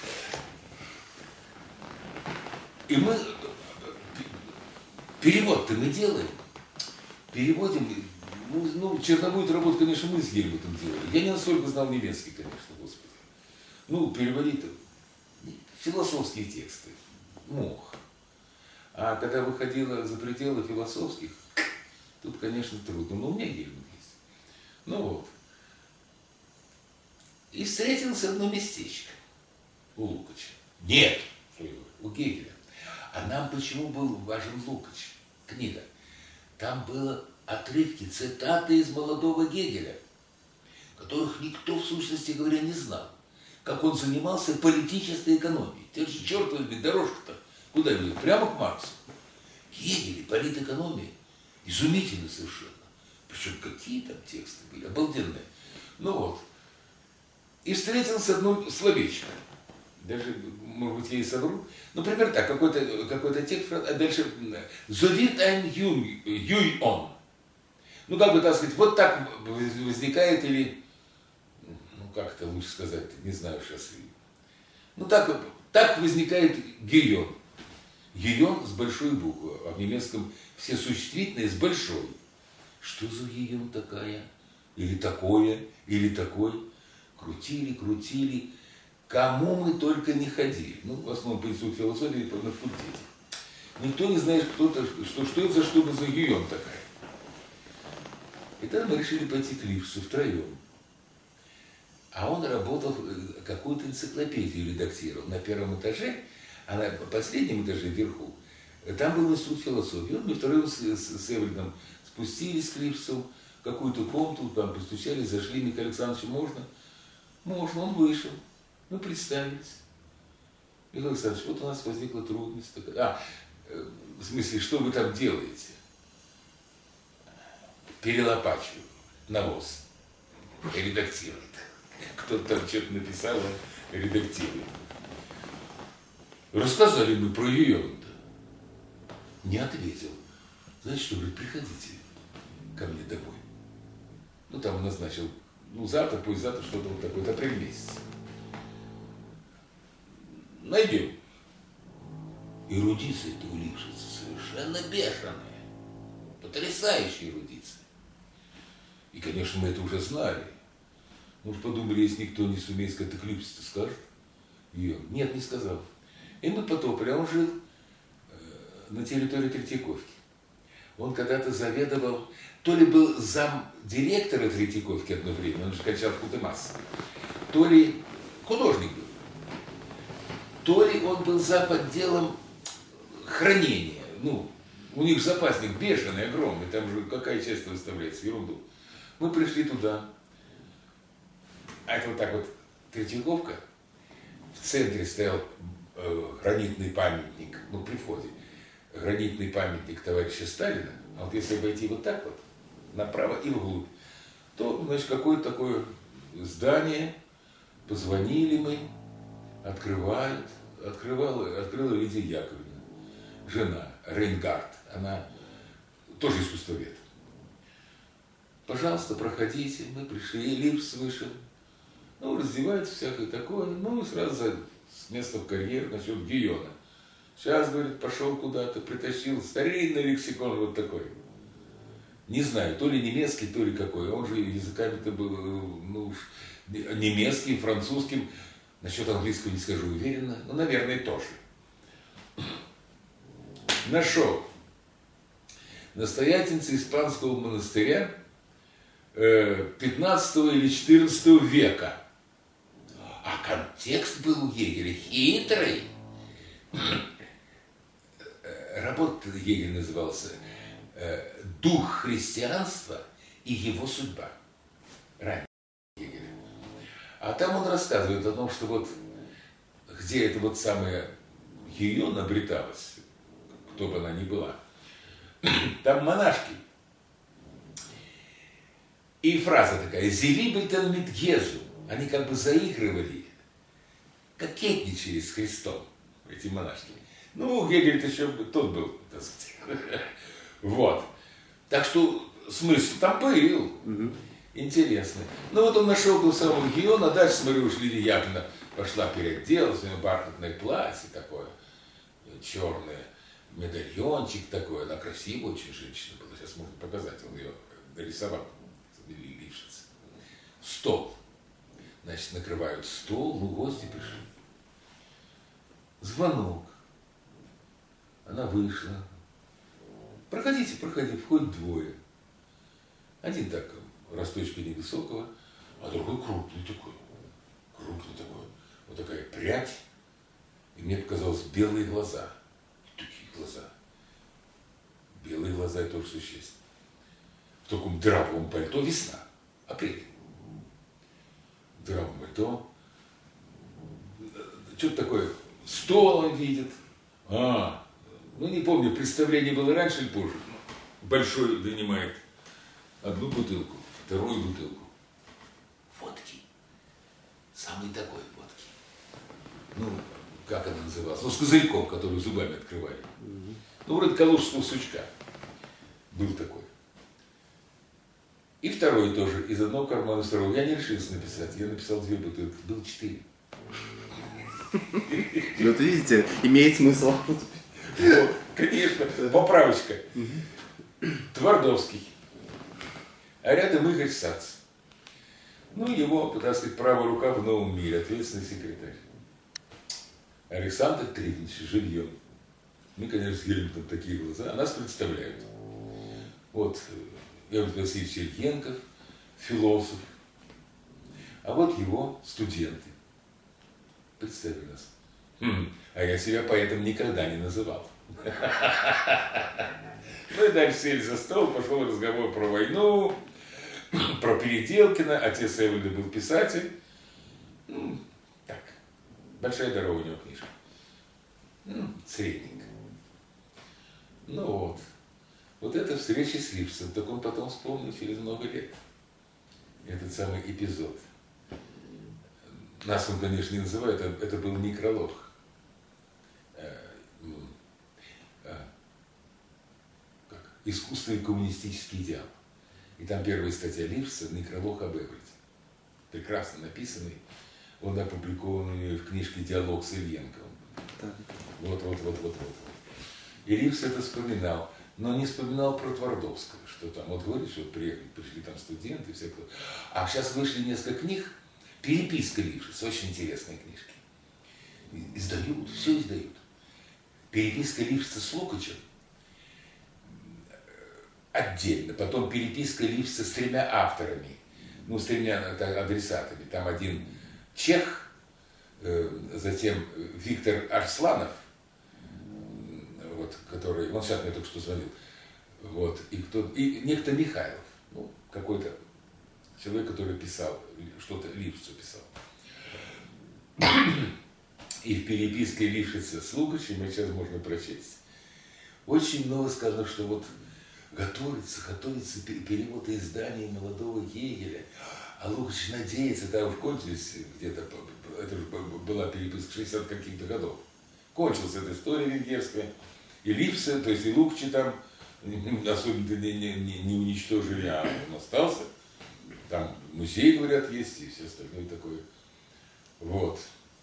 И мы... Перевод-то мы делаем. Переводим... Ну, ну, черновую работу, конечно, мы с Гельмутом делали. Я не настолько знал немецкий, конечно, господи. Ну, переводить-то философские тексты. Мох. А когда выходило за пределы философских, тут, конечно, трудно. Но у меня Гельмут есть. Ну вот. И встретилось одно местечко у Лукача. Нет, что я говорю, у Гегеля. А нам почему был важен Лукач? Книга. Там было отрывки, цитаты из молодого Гегеля, которых никто, в сущности говоря, не знал. Как он занимался политической экономией. Ты же, черт возьми, дорожка-то куда ведет? Прямо к Марксу. Гегель и политэкономия изумительно совершенно. Причем какие там тексты были, обалденные. Ну вот. И встретился одно словечко. Даже, может быть, я и совру. Например, так, какой-то какой-то текст, а дальше «So wird ein Juion». Ну, как бы, так сказать, вот так возникает, или, ну, как это лучше сказать, не знаю сейчас. Ну, так, так возникает гейон. Гейон с большой буквы, а в немецком все существительные с большой. Что за гейон такая? Или такое, или такой? Крутили, крутили. Кому мы только не ходили. Ну, в основном по институту философии на факультете. Никто не знает, кто-то, что, что это за что за гейон такая. И тогда мы решили пойти к Липсу втроем. А он работал, какую-то энциклопедию редактировал на первом этаже, а на последнем этаже вверху, там был институт философии. Он мы втроем с, с, с Эвелином спустились к Липсу, в какую-то комнату, там постучали, зашли, Михаил Александрович, можно? Можно, он вышел. Мы представились. Михаил Александрович, вот у нас возникла трудность такая. А, в смысле, что вы там делаете? Перелопачиваю навоз. Редактирует. Кто-то там что-то написал, редактирует. Рассказали мы про Юйонда. Не ответил. Знаете что, говорит, приходите ко мне домой. Ну, там он назначил, ну, завтра, пусть завтра, что-то вот такое, апрель месяц. Найдем. Эрудиция-то у Липшица совершенно бешеная. Потрясающая эрудиция. И, конечно, мы это уже знали. Мы уж подумали, если никто не сумеет сказать, так Липец-то скажет. Ее. Нет, не сказал. И мы потопали. А он жил э, на территории Третьяковки. Он когда-то заведовал, то ли был зам директора Третьяковки одно время, он же кончал в Кутымас, то ли художник был, то ли он был зав. Отделом хранения. Ну, у них запасник бешеный, огромный, там же какая часть выставляется, ерунду. Мы пришли туда. А это вот так вот Третьяковка. В центре стоял э, гранитный памятник, ну, при входе, гранитный памятник товарища Сталина. А вот если обойти вот так вот, направо и вглубь, то, значит, какое-то такое здание, позвонили мы, открывают, открывала, открыла Лидия Яковлевна, жена, Рейнгард, она тоже искусствовед. Пожалуйста, проходите, мы пришли, Липс вышел, ну, раздевается всякое такое, ну, и сразу за, с места в карьер насчет Гийона. Сейчас, говорит, пошел куда-то, притащил старинный лексикон вот такой. Не знаю, то ли немецкий, то ли какой. Он же языками-то был, ну, немецким, французским. Насчет английского не скажу уверенно, но, наверное, тоже. Нашел настоятельница испанского монастыря пятнадцатого или четырнадцатого века. А контекст был у Гегеля хитрый. Работа Гегель назывался «Дух христианства и его судьба». Ранее Гегеля. А там он рассказывает о том, что вот где эта вот самая Гийон обреталась, кто бы она ни была, там монашки. И фраза такая «Зелибельтен мит Гезу». Они как бы заигрывали, кокетничали с Христом, эти монашки. Ну, Гегель еще тот был, так сказать. Вот. Так что смысл там был. Угу. Интересный. Ну вот он нашел ту самую Гийона, а дальше, смотрю, уж Лидия Яковлевна пошла переоделась, у нее бархатное платье такое, черное, медальончик такой, она красивая очень женщина была, сейчас можно показать, он ее нарисовал, Лившиц. Стол. Значит, накрывают стол, ну, гости пришли. Звонок. Она вышла. Проходите, проходите, входит двое. Один так, росточка невысокого, а другой крупный такой. Крупный такой. Вот такая прядь. И мне показалось, белые глаза. Такие глаза. Белые глаза это тоже существенно. В таком драповом пальто, весна, апрель. Драповом пальто. Что-то такое, стол он видит. А, ну не помню, представление было раньше или позже. Большой донимает одну бутылку, вторую бутылку. Водки. Самый такой водки. Ну, как она называлась? Ну, с козырьком, который зубами открывали. Ну, вроде калужского сучка. Был такой. И второй тоже, из одного кармана второго. Я не решился написать, я написал две бутылки. Было четыре. Вот видите, имеет смысл. Вот, конечно, поправочка. Твардовский. А рядом Игорь Сац. Ну, его, так сказать, правая рука в новом мире, ответственный секретарь. Александр Трифонович, живьем. Мы, конечно, с Гельмутом такие глаза, а нас представляют. Вот, Леонид Васильевич Ильенков, философ. А вот его студенты. Представили нас. Хм, а я себя поэтом никогда не называл. Ну и дальше сели за стол, пошел разговор про войну, про Переделкина. Отец Эвальда был писатель. Ну, так, большая дорога у него книжка. Ну, средненько. Ну вот. Вот эта встреча с Липсом, так он потом вспомнил через много лет. Этот самый эпизод. Нас он, конечно, не называет, это был некролог. Как? Искусство и коммунистический идеал. И там первая статья Липса, некролог об Эвальде. Прекрасно написанный. Он опубликован у него в книжке «Диалог с Ильенковым». Вот, вот, вот, вот, вот. И Липс это вспоминал. но не вспоминал про Твардовского, что там, вот говоришь, что приехали, пришли там студенты, всякое. А сейчас вышли несколько книг, переписка Лившица, очень интересные книжки. Издают, все издают. Переписка Лившица с Лукачем отдельно, потом переписка Лившица с тремя авторами, ну, с тремя адресатами. Там один чех, затем Виктор Арсланов, вот, который, он сейчас мне только что звонил, вот, и, кто, и некто Михайлов, ну, какой-то человек, который писал, что-то Лившицу писал. И в переписке Лившица с Лукачем, и сейчас можно прочесть, очень много сказано, что вот готовится, готовится перевод и издание молодого Гегеля, а Лукач надеется, там уж кончились где-то, это же была переписка шестидесятых каких-то годов, кончилась эта история венгерская, и Лившица, то есть и Лукача там особенно не, не, не уничтожили, а он остался, там музей, говорят, есть, и все остальное такое, вот.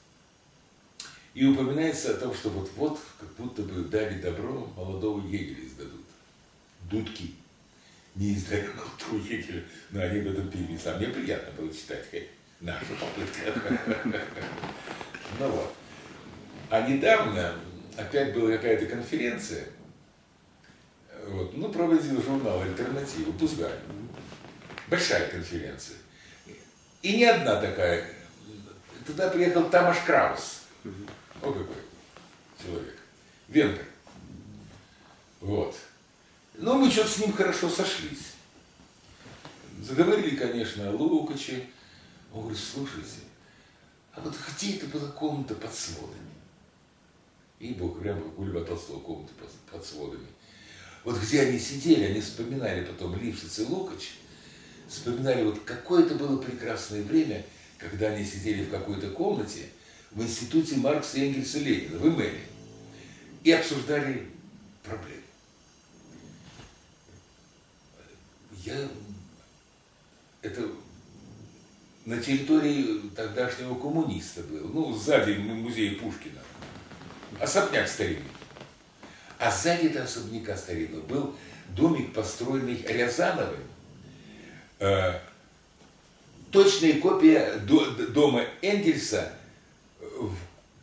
И упоминается о том, что вот-вот, как будто бы дали добро, молодого Гегеля издадут. Дудки. Не издали молодого Гегеля, но они об этом пились. А мне приятно было читать, как наша попытка. Ну вот. А недавно опять была какая-то конференция, вот, ну, проводил журнал «Альтернатива», Пузгарь. Большая конференция. И не одна такая. Туда приехал Тамаш Краус. О, какой человек. Венгр. Вот. Но мы что-то с ним хорошо сошлись. Заговорили, конечно, о Лукаче. Он говорит, слушайте, а вот где это была комната под сводами? И Бог, прямо как у Льва Толстого, комната под, под сводами. Вот где они сидели, они вспоминали потом Лившиц и Лукач, вспоминали, вот какое это было прекрасное время, когда они сидели в какой-то комнате в институте Маркса, Энгельса, Ленина, в Эмеле, и обсуждали проблемы. Я... Это на территории тогдашнего коммуниста был, ну, сзади музея Пушкина, особняк старинный. А сзади этого особняка старинного был домик, построенный Рязановым, э, точная копия до, дома Энгельса в,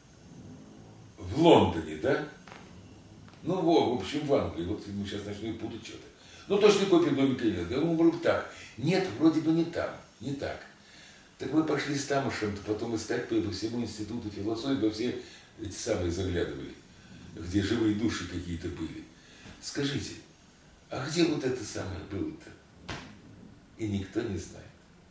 в Лондоне, да? Ну, во, в общем, в Англии. Вот мы сейчас начнем путать что-то. Ну, точная копия домика Энгельса. Я думаю, вроде так. Нет, вроде бы не там, не так. Так мы пошли с Тамашем, потом искать по всему институту философии, во все эти самые заглядывали, где живые души какие-то были. Скажите, а где вот это самое было-то? И никто не знает.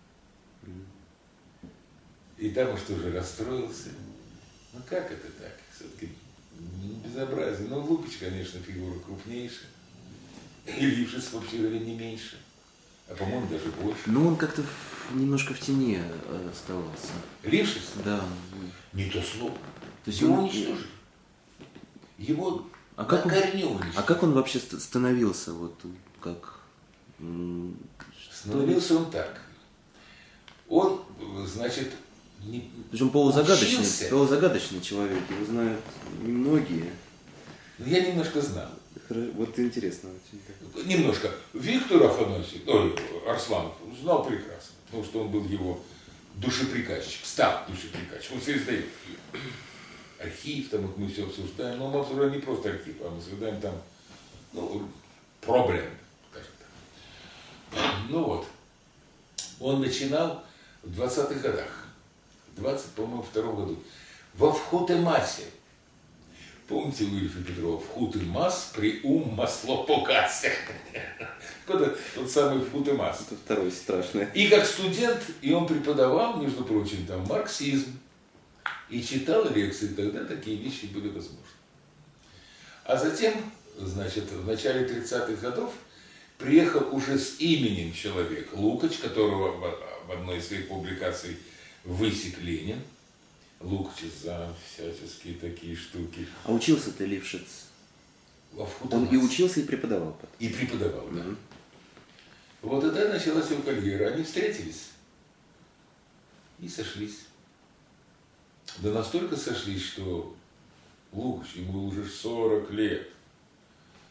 И Тамаш тоже расстроился. Ну как это так? Все-таки безобразие. Ну, Лукач, конечно, фигура крупнейшая. И Лившиц, вообще говоря, не меньше. А по-моему, даже больше. Ну, он как-то в, немножко в тени оставался. Лившиц? Да. Не то слово. То есть его он... уничтожили. Его а на как он... корню уничтожили. А как он вообще становился? Вот как... Становился он так. Он, значит, не... Причем полузагадочный, учился. полузагадочный человек. Его знают немногие. Ну, я немножко знал. Вот интересно очень. Немножко. Виктор Афанасьевич, ой, Арсланов, знал прекрасно, потому что он был его душеприказчик, стал душеприказчик. Он все издает. Архив, там вот мы все обсуждаем, но мы обсуждаем не просто архив, а мы обсуждаем там, ну, проблем, скажем так. Ну вот. Он начинал в двадцатых годах, в двадцать, по-моему, втором году, во Вхутемасе. Помните у Ильфа Петрова? Вхутемас при ум масло покасе. Вот тот самый Вхутемас. Это второй страшный. И как студент, и он преподавал, между прочим, там марксизм. И читал лекции, тогда такие вещи были возможны. А затем, значит, в начале тридцатых годов приехал уже с именем человек, Лукач, которого в одной из своих публикаций высек Ленин. Лукач за всяческие такие штуки. А учился ты, Лившиц? Он и учился, и преподавал потом. И преподавал, да. Угу. Вот тогда началась его карьера. Они встретились и сошлись. Да настолько сошлись, что Лукач, ему уже сорок лет.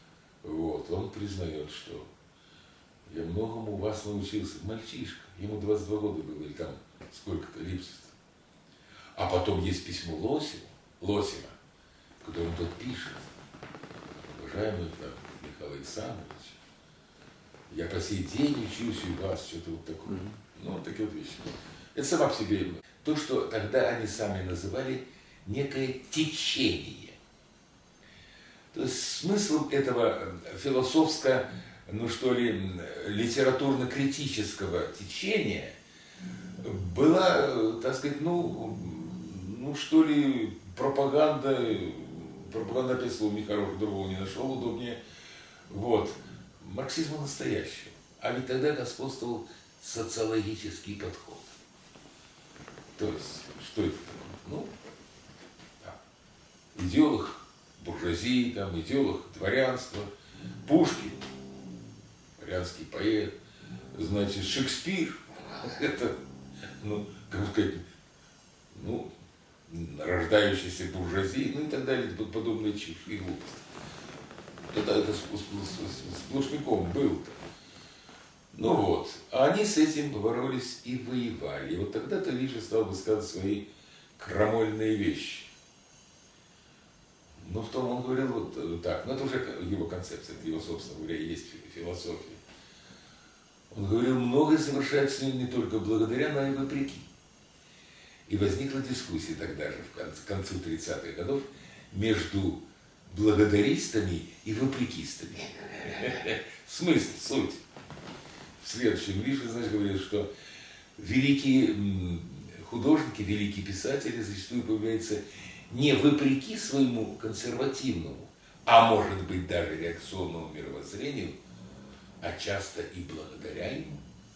Вот, он признает, что я многому у вас научился. Мальчишка, ему двадцать два года было, или там сколько-то, Липсица. А потом есть письмо Лосева, Лосева, в котором тот пишет: уважаемый там, Михаил Александрович, я по сей день учусь у вас, что-то вот такое. Mm-hmm. Ну, вот такие вот вещи. Это сама по себе то, что тогда они сами называли некое течение. То есть смыслом этого философско, ну что ли, литературно-критического течения была, так сказать, ну, ну что ли, пропаганда, пропаганда опять слово нехорошее, другого не нашел, удобнее, вот, марксизма настоящего. А ведь тогда господствовал социологический подход. То есть, что это такое? Ну, да. Идеолог буржуазии, там, идеолог дворянства, Пушкин, дворянский поэт, значит, Шекспир, это, ну, как сказать, ну, рождающийся буржуазии, ну и так далее, подобная чушь и глупость. Это, это сплошняком был-то. Ну вот, а они с этим боролись и воевали. И вот тогда-то Лиша стал высказывать свои крамольные вещи. Ну, в том он говорил вот так, ну это уже его концепция, это его, собственно говоря, и есть философия. Он говорил, многое совершается не только благодаря, но и вопреки. И возникла дискуссия тогда же, в концу тридцатых годов, между благодаристами и вопрекистами. Смысл, суть. В следующем Лиша, значит, говорит, что великие художники, великие писатели зачастую появляются не вопреки своему консервативному, а может быть даже реакционному мировоззрению, а часто и благодаря ему.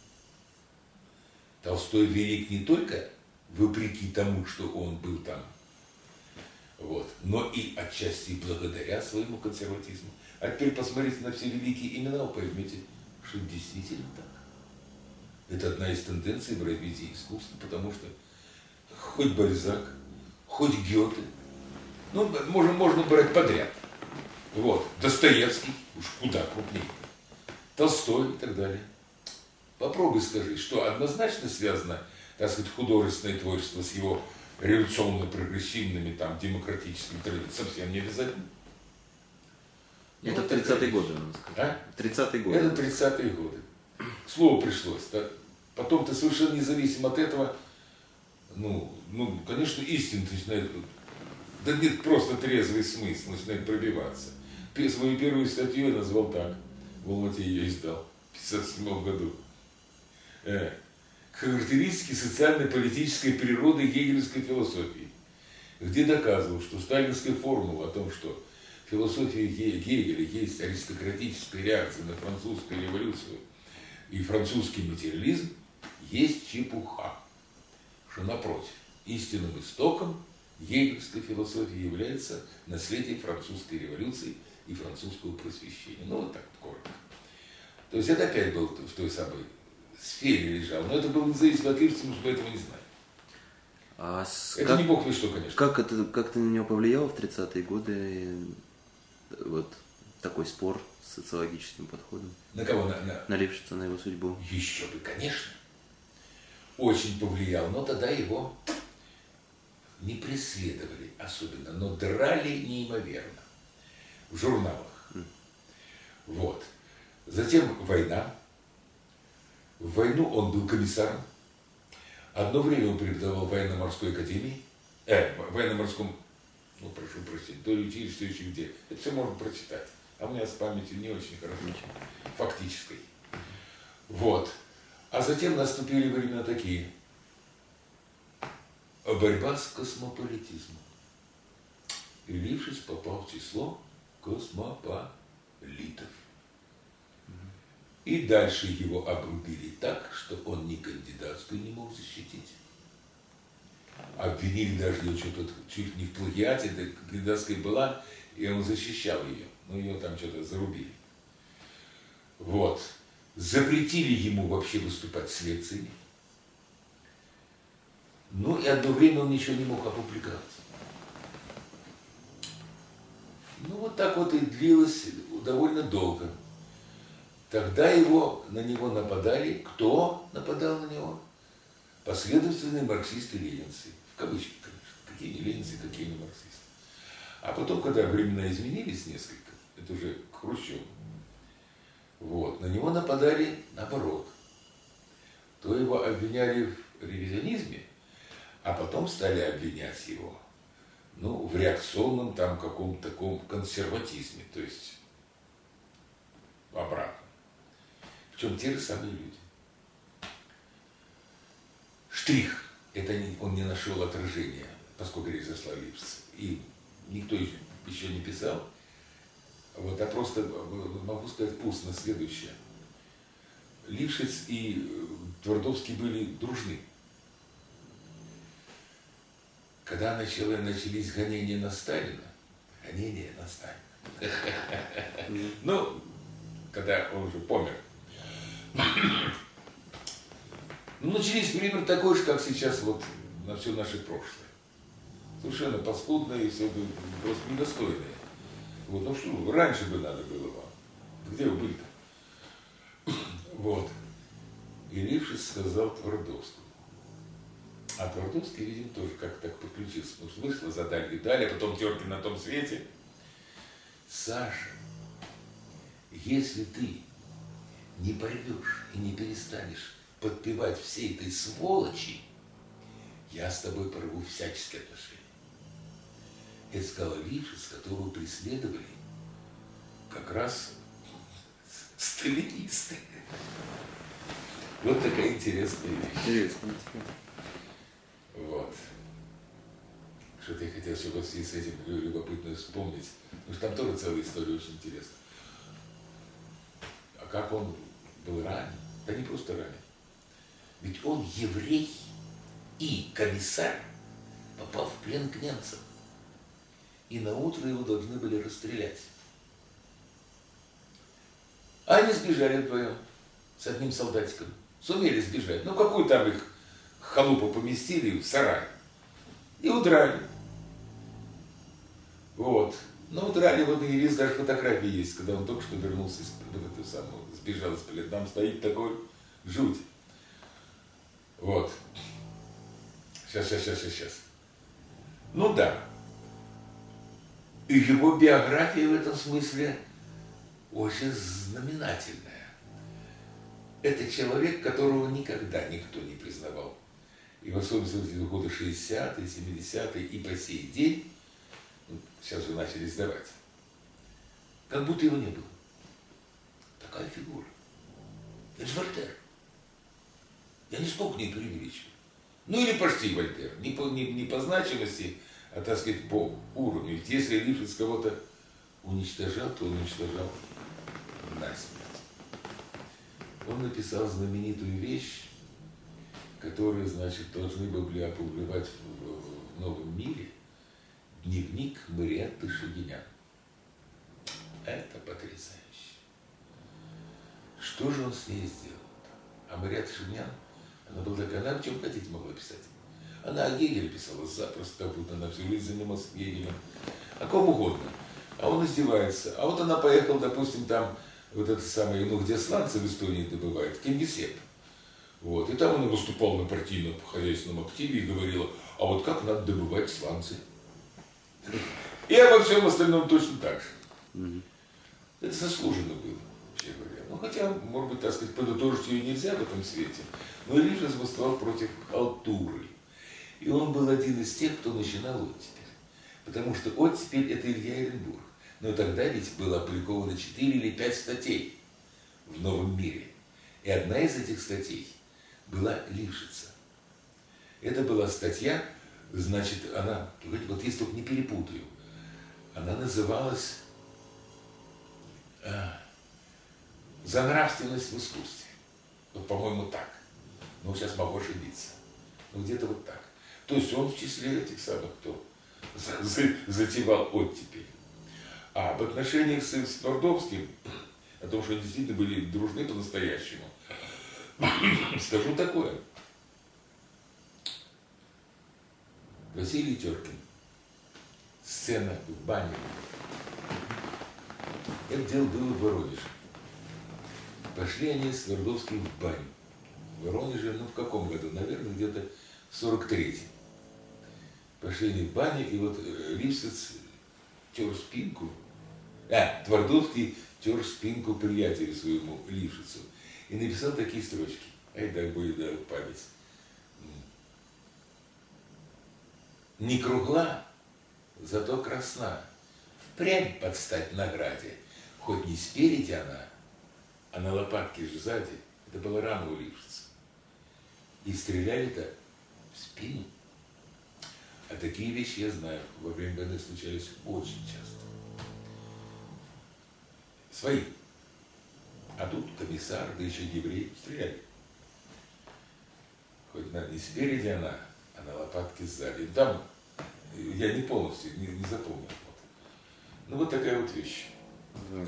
Толстой велик не только вопреки тому, что он был там, вот, но и отчасти благодаря своему консерватизму. А теперь посмотрите на все великие имена, вы поймете, что действительно так. Это одна из тенденций в развитии искусства, потому что хоть Бальзак, хоть Гёте, ну, можно, можно брать подряд. Вот, Достоевский, уж куда крупнее, Толстой и так далее. Попробуй скажи, что однозначно связано, так сказать, художественное творчество с его революционно-прогрессивными, там, демократическими традициями, совсем не обязательно. Это ну, тридцатые годы, надо сказать. А? тридцатые годы. Это тридцатые годы. Слово пришлось. Да? Потом-то совершенно независимо от этого, ну, ну, конечно, истина начинает, да нет, просто трезвый смысл начинает пробиваться. Свою первую статью я назвал так, в Алмате ее издал, в пятьдесят седьмом году. Э, характеристики социально-политической природы гегельской философии, где доказывал, что сталинская формула о том, что философия Гегеля есть аристократическая реакция на французскую революцию и французский материализм, есть чепуха. Что напротив, истинным истоком гегельской философии является наследие французской революции и французского просвещения. Ну вот так коротко. То есть это опять был в той самой сфере лежал, но это было независимо от личности, потому что мы этого не знаем. А с... Это как... не бог вы что, конечно. Как это как-то на него повлияло в тридцатые годы вот такой спор с социологическим подходом? На кого? На, на... на Липшица, на его судьбу? Еще бы, конечно. Очень повлиял, но тогда его не преследовали особенно, но драли неимоверно в журналах. Mm. Вот. Затем война. В войну он был комиссаром. Одно время он преподавал в военно-морской академии, э, в военно-морском, ну, прошу прощения, то ли училище, то еще где. Это все можно прочитать. А у меня с памятью не очень хорошо, фактической. Вот. А затем наступили времена такие. Борьба с космополитизмом. И Липшиц попал в число космополитов. И дальше его обрубили так, что он ни кандидатскую не мог защитить. Обвинили даже его что-то чуть не в плагиате, да, кандидатская была, и он защищал ее. Но ее там что-то зарубили. Вот. Запретили ему вообще выступать с лекциями. Ну и одно время он ничего не мог опубликовать. Ну вот так вот и длилось довольно долго. Тогда его, на него нападали. Кто нападал на него? Последовательные марксисты-ленинцы. В кавычках, конечно. Какие не ленинцы, какие не марксисты. А потом, когда времена изменились несколько, это уже к Хрущеву, вот, на него нападали наоборот. То его обвиняли в ревизионизме, а потом стали обвинять его, ну, в реакционном там каком-то таком консерватизме, то есть обратно. Причем те же самые люди. Штрих, это не, он не нашел отражения, поскольку речь зашла о Липсице. И никто еще, еще не писал. Вот, а просто могу сказать устно следующее. Лившиц и Твардовский были дружны. Когда начало, начались гонения на Сталина, гонения на Сталина, ну, когда он уже помер, начались примерно такой же, как сейчас вот на все наше прошлое. Совершенно паскудное и все просто недостойное. Вот, ну что, раньше бы надо было вам. Где вы были-то? Вот. И Лившиц сказал Твардовскому. А Твардовский, видимо, тоже как-то так подключился, потому что вышла за дальнюю даль, а потом терки на том свете. Саша, если ты не порвешь и не перестанешь подпевать всей этой сволочи, я с тобой порву всяческие отношения. Это сказал Лившиц, которого преследовали как раз сталинисты. Вот такая интересная вещь. Интересно. Вот. Что-то я хотел, чтобы в связи с этим любопытно вспомнить. Потому что там тоже целая история очень интересная. А как он был ранен? Да не просто ранен. Ведь он еврей и комиссар попал в плен к немцам. И на утро его должны были расстрелять. А они сбежали вдвоем с одним солдатиком. Сумели сбежать. Ну, какую там их халупу поместили в сарай. И удрали. Вот. Ну, удрали, вот и есть даже фотографии есть, когда он только что вернулся, из, вот это самое, сбежал из плена. Там стоит такой жуть. Вот. Сейчас, сейчас, сейчас, сейчас, сейчас. Ну да. И его биография в этом смысле очень знаменательная. Это человек, которого никогда никто не признавал. И в особенности в годы шестидесятые, семидесятые и по сей день, сейчас же начали сдавать, как будто его не было. Такая фигура. Это же Вольтер. Я нисколько не преувеличиваю. Ну или почти Вольтер. Не по, не, не по значимости, а, так сказать, по уровню. Ведь если Лившиц кого-то уничтожал, то он уничтожал насмерть. Он написал знаменитую вещь, которую, значит, должны были опубликовать в, в Новом мире. Дневник Мариэтты Шагинян. Это потрясающе. Что же он с ней сделал? А Мариэтта Шагинян, она была такая, она о чем хотите могла писать. Она о Гегеле писала запросто, как будто она всю жизнь занималась Гегелем. О ком угодно. А он издевается. А вот она поехала, допустим, там, вот это самое, ну, где сланцы в Эстонии добывают, Кингисепп. Вот. И там она выступала на партийном хозяйственном активе и говорила, а вот как надо добывать сланцы. И обо всем остальном точно так же. Mm-hmm. Это заслуженно было, вообще говоря. Ну, хотя, может быть, так сказать, подытожить ее нельзя в этом свете, но Лившиц выступал против халтуры. И он был один из тех, кто начинал оттепель. Потому что оттепель – это Илья Эренбург. Но тогда ведь было опубликовано четыре или пять статей в Новом мире. И одна из этих статей была Лившица. Это была статья, значит, она, вот если только не перепутаю, она называлась э, «За нравственность в искусстве». Вот, по-моему, так. Ну, сейчас могу ошибиться. Ну, где-то вот так. То есть он в числе этих самых, кто затевал оттепель. А об отношениях с, с Твардовским, о том, что они действительно были дружны по-настоящему, скажу такое. Василий Теркин. Сцена в бане. Это дело было в Воронеже. Пошли они с Твардовским в баню. В Воронеже, ну в каком году? Наверное, где-то в сорок третьем. Пошли они в баню, и вот Лившиц тер спинку, а, Твардовский тер спинку приятелю своему Лившицу и написал такие строчки. Ай, да будет, да, память. Не кругла, зато красна. Впрямь подстать награде. Хоть не спереди она, а на лопатке же сзади. Это была рана у Лившица. И стреляли-то в спину. А такие вещи, я знаю, во время войны случались очень часто. Свои. А тут комиссар, да еще еврей, стреляли. Хоть на, не спереди она, а на лопатке сзади. Там я не полностью, не, не запомнил. Вот. Ну вот такая вот вещь. Да.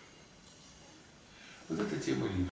Вот эта тема Лившица.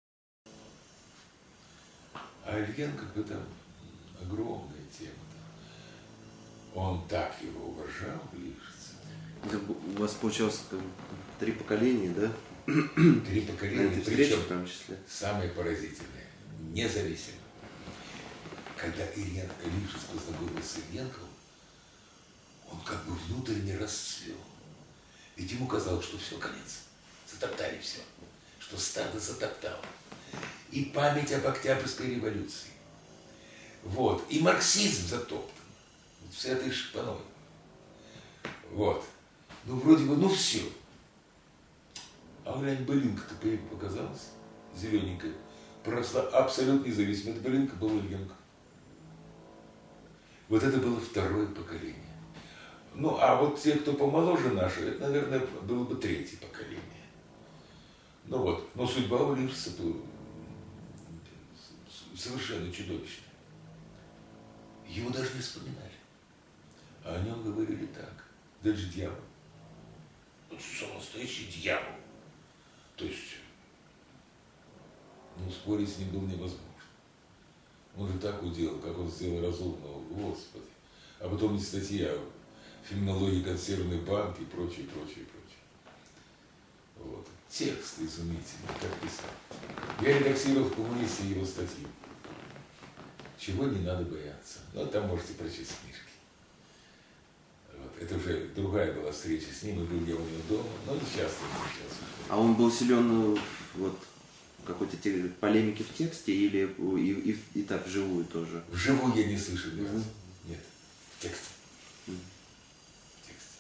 А Ильин как бы там огромная тема. Он так его уважал, Лившица. Это у вас получилось как бы три поколения, да? Три На поколения, этой встрече причем в том числе. самое поразительное, независимо. Когда Ильин Лившиц познакомился с Ильенковым, он как бы внутренне расцвел. Ведь ему казалось, что все, конец. Затоптали все. Что стадо затоптало. И память об Октябрьской революции. Вот. И марксизм затоптан. Вот вся этой шпаной. Вот. Ну, вроде бы, ну все. А глянь, былинка-то показалась зелененькая. Просто абсолютно независимо. Эта былинка была Ильенко. Вот это было второе поколение. Ну, а вот те, кто помоложе наши, это, наверное, было бы третье поколение. Ну вот. Но судьба у Лившица была совершенно чудовищная. Его даже не вспоминали. А о нем говорили так. Да это же дьявол. Это же настоящий дьявол. То есть, ну, спорить с ним было невозможно. Он же так уделал, как он сделал разумного, Господи. А потом не статья, феноменология консервной банки и прочее, прочее, прочее. Вот. Текст изумительный, как писал. Я редактировал в «Коммунисте» его статьи. Чего не надо бояться. Ну, там можете прочесть книжки. Вот. Это уже другая была встреча с ним, и был я у него дома, но не часто встречался. А он был силен вот какой-то те, полемики в тексте или и, и, и так вживую тоже? Вживую я не слышал ни разу. Нет. В тексте. Mm. В тексте.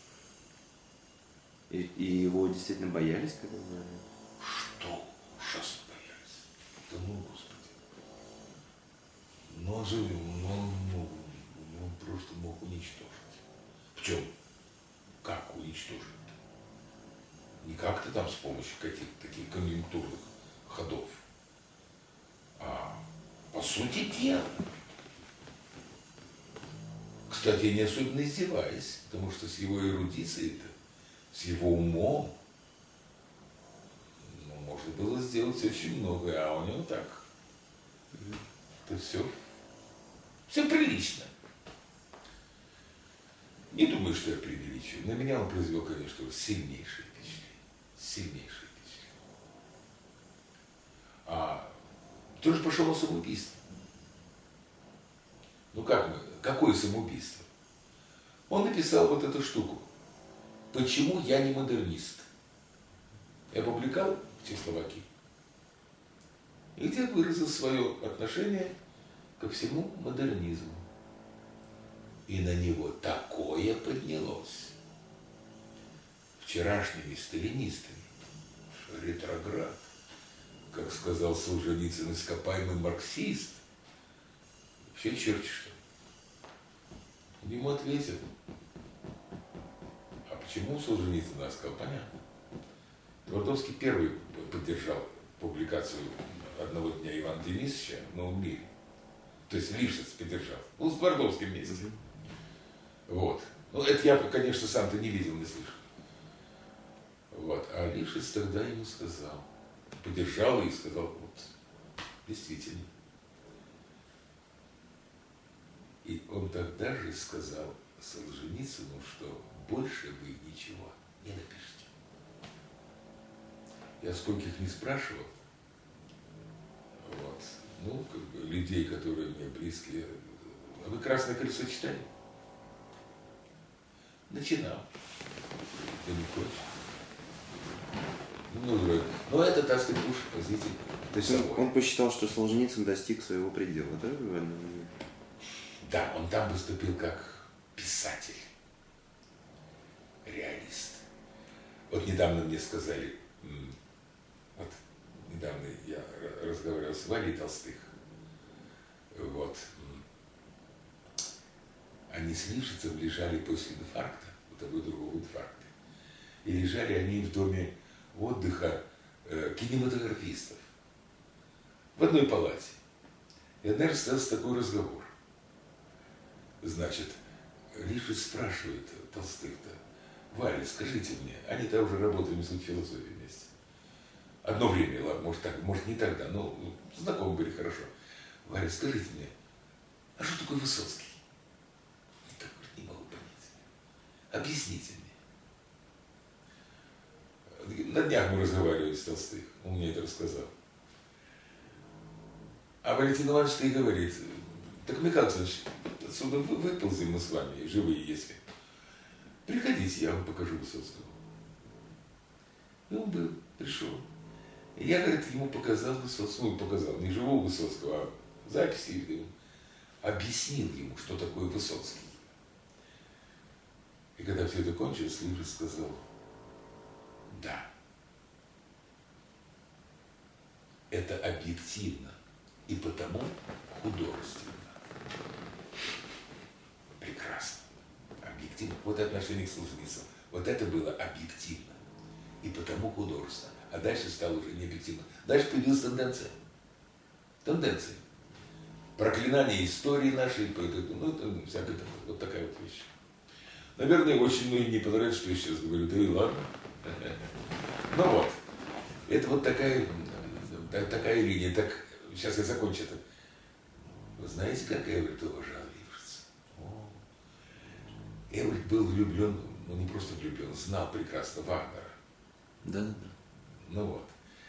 И, и его действительно боялись, когда говорили? Что? Ужасно боялись. Да ну, Господи. Но он же, ну, он, ну, он просто мог уничтожить. В чем? Как уничтожить? Не как-то там с помощью каких-то таких конъюнктурных ходов, а по сути дела. Кстати, я не особенно издеваюсь, потому что с его эрудицией-то, с его умом, ну, можно было сделать очень многое, а у него так. Это все, все прилично. Не думаю, что я преувеличиваю. На меня он произвел, конечно, сильнейшее впечатление. Сильнейшее впечатление. А тоже пошел на самоубийство. Ну как мы? Какое самоубийство? Он написал вот эту штуку. Почему я не модернист? Я публиковал в Чехословакии. И где выразил свое отношение ко всему модернизму. И на него такое поднялось. Вчерашними сталинистами. Ретроград. Как сказал Солженицын, ископаемый марксист. Вообще черти что. Ему ответил. А почему Солженицын сказал? Понятно. Твардовский первый поддержал публикацию одного дня Ивана Денисовича в «Новом мире». То есть Лившиц поддержал. Ну, с Твардовским вместе. Mm-hmm. Вот. Ну, это я, конечно, сам-то не видел, не слышал. Вот. А Лившиц тогда ему сказал. Поддержал и сказал, вот, действительно. И он тогда же сказал Солженицыну, что больше вы ничего не напишите. Я скольких не спрашивал. Вот. Ну, как бы людей, которые мне близкие. А вы «Красное колесо» читали? Начинал. Да не кончил. Ну, вроде. Но это, так сказать, уж позитив. То есть он, он посчитал, что Солженицын достиг своего предела, да? Да, он там выступил как писатель, реалист. Вот недавно мне сказали, вот недавно я разговаривал с Валей Толстых, вот, они с Лившицем лежали после инфаркта, у того и другого инфаркта, и лежали они в доме отдыха э, кинематографистов в одной палате. И однажды состоялся такой разговор. Значит, Лившиц спрашивает Толстых-то: Валя, скажите мне, они-то уже работали в Институте философии вместе. Одно время, ладно, может, так, может не тогда, но знакомы были хорошо. Валя, скажите мне, а что такое Высоцкий? Я так, говорит, не могу понять. Объясните мне. На днях мы разговаривали с Толстых, он мне это рассказал. А Валентин Иванович и говорит: так, Михаил Александрович, отсюда выползем мы с вами, живые если. Приходите, я вам покажу Высоцкого. И он был, пришел. И я, говорит, ему показал Высоцкого, ну, показал, не живого Высоцкого, а записи, объяснил ему, что такое Высоцкий. И когда все это кончилось, Лившиц сказал: да, это объективно и потому художественно. Прекрасно. Объективно. Вот отношение к Солженицыну. Вот это было объективно и потому художественно. А дальше стало уже не объективно. Дальше появилась тенденция. Тенденция. Проклинание истории нашей, ну, это всякое такое. Вот такая вот вещь. Наверное, очень многим не понравится, что я сейчас говорю. Да и ладно. Ну вот. Это вот такая, такая линия. Так, сейчас я закончу это. Вы знаете, как Эвальд уважал Лившица? Эвальд был влюблен, ну не просто влюблен, знал прекрасно Вагнера. Да, да, да. Ну вот.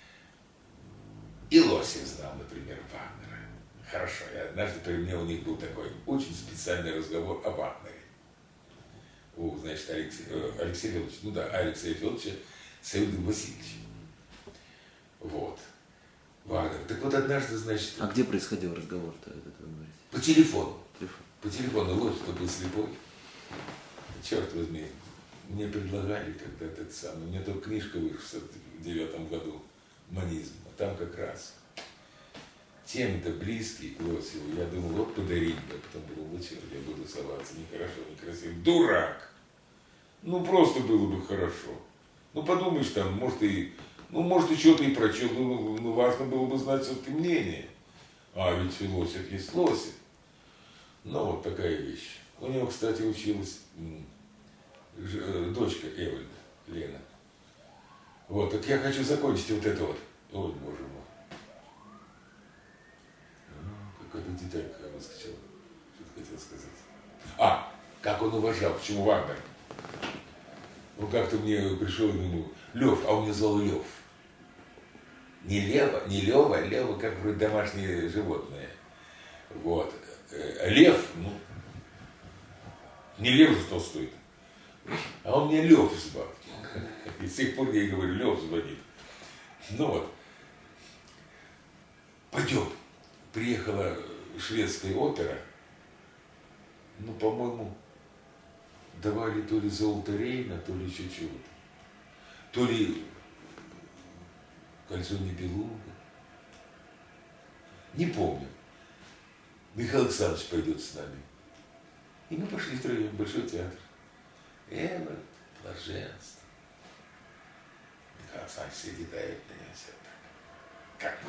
И Лосев знал, например, Вагнера. Хорошо. И однажды при мне у них был такой очень специальный разговор о Вагнере. У, значит, Алексей, Алексей Федорович, ну да, Алексея Федоровича с Эвальдом Васильевичем. Вот. Вагнер. Так вот однажды, значит... А где происходил разговор-то, это вы говорите? По телефону. Телефон. По телефону. Лосев-то был слепой. Черт возьми. Мне предлагали когда-то это самое. У меня только книжка вышла в шестьдесят девятом году. Манизм. А там как раз темы-то близкие к Лосеву. Я думал, вот подарить бы. А потом думал, ну черт, я буду соваться. Нехорошо, некрасиво. Дурак! Ну просто было бы хорошо. Ну подумаешь там, может и... Ну, может, и что-то и прочел, ну, ну, важно было бы знать все-таки мнение. А ведь Лосев есть Лосев. Ну, вот такая вещь. У него, кстати, училась дочка Эвальда, Лена. Вот, так я хочу закончить вот это вот. Ой, боже мой. Ну, какая-то деталька выскочила. Что-то хотел сказать. А, как он уважал, почему Вагнер? Ну, как-то мне пришел и думал, Лев, а он меня звал Лев. Не Лева, не Лева, а Лева, как вроде домашнее животное. Вот. Лев, ну, не Лев же Толстой, а он мне Лев звал. И с тех пор я и говорю, Лев звонит. Ну вот. Пойдем. Приехала шведская опера. Ну, по-моему, давали то ли золото Рейна, то ли еще чего-то. То ли Кольцо Нибелунга. Не помню. Михаил Александрович пойдет с нами. И мы пошли втроем в Большой театр. Эвальд, блаженство. Михаил Александрович сидит, дает меня все так.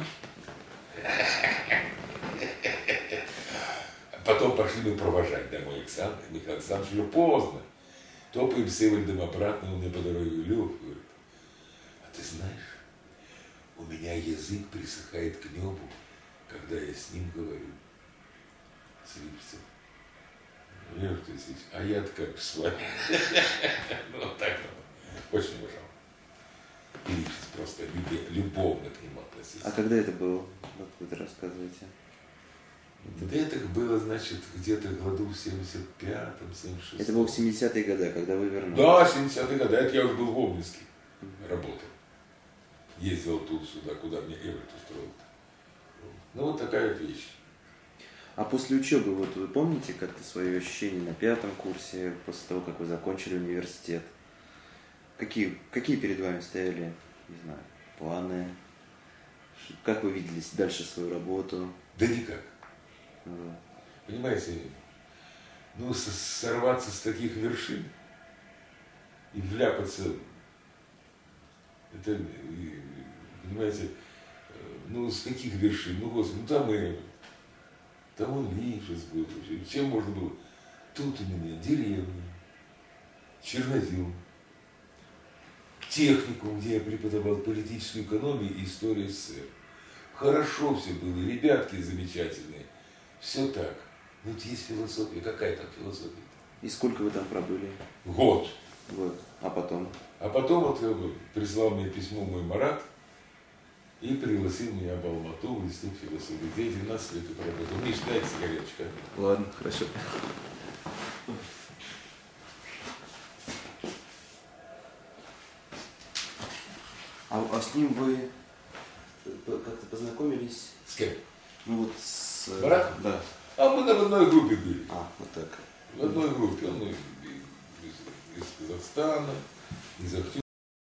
Как? Потом пошли мы провожать домой Александра. Михаил Александрович уже поздно. Топаем с Эвальдом обратно, он мне по дороге Лев говорит: а ты знаешь, у меня язык присыхает к небу, когда я с ним говорю. С Лившицем. Лев Тысяч, а я-то как с вами. Ну, так вот. Очень уважал. перечить, просто люби- любовно к нему относиться. А когда это было? Вот вы рассказываете. Да это было, значит, где-то в году в семьдесят пятом, семьдесят шестом. Это было в семидесятые годы, когда вы вернулись. Да, семидесятые годы. Это я уже был в Обнинске, работал. Ездил тут-сюда, куда мне Эвальд устроил. Ну, вот такая вот вещь. А после учебы, вот вы помните как-то свои ощущения на пятом курсе, после того, как вы закончили университет? Какие, какие перед вами стояли, не знаю, планы? Ш- Как вы видели дальше свою работу? Да никак. Вот. Понимаете, ну, с- сорваться с таких вершин и вляпаться, это, и, понимаете, э, ну, с каких вершин? Ну, господи, ну, там и, там он Лижец был. Чем можно было? Тут у меня деревня, Чернозем, техникум, где я преподавал политическую экономию и историю СССР. Хорошо все было, и ребятки замечательные. Все так. Но вот есть философия. Какая там философия? И сколько вы там пробыли? Год. Вот. А потом? А потом вот э, прислал мне письмо мой Марат и пригласил меня в Алмату в институт философии, где я двенадцать лет и проработал. Миш, дай сигареточку. Ладно, хорошо. А, а с ним вы п- как-то познакомились? С кем? Ну вот с... э, Маратом? Да. А мы на одной группе были. А, вот так. В одной группе. Он из, из- из Казахстана, из Ахтюрка.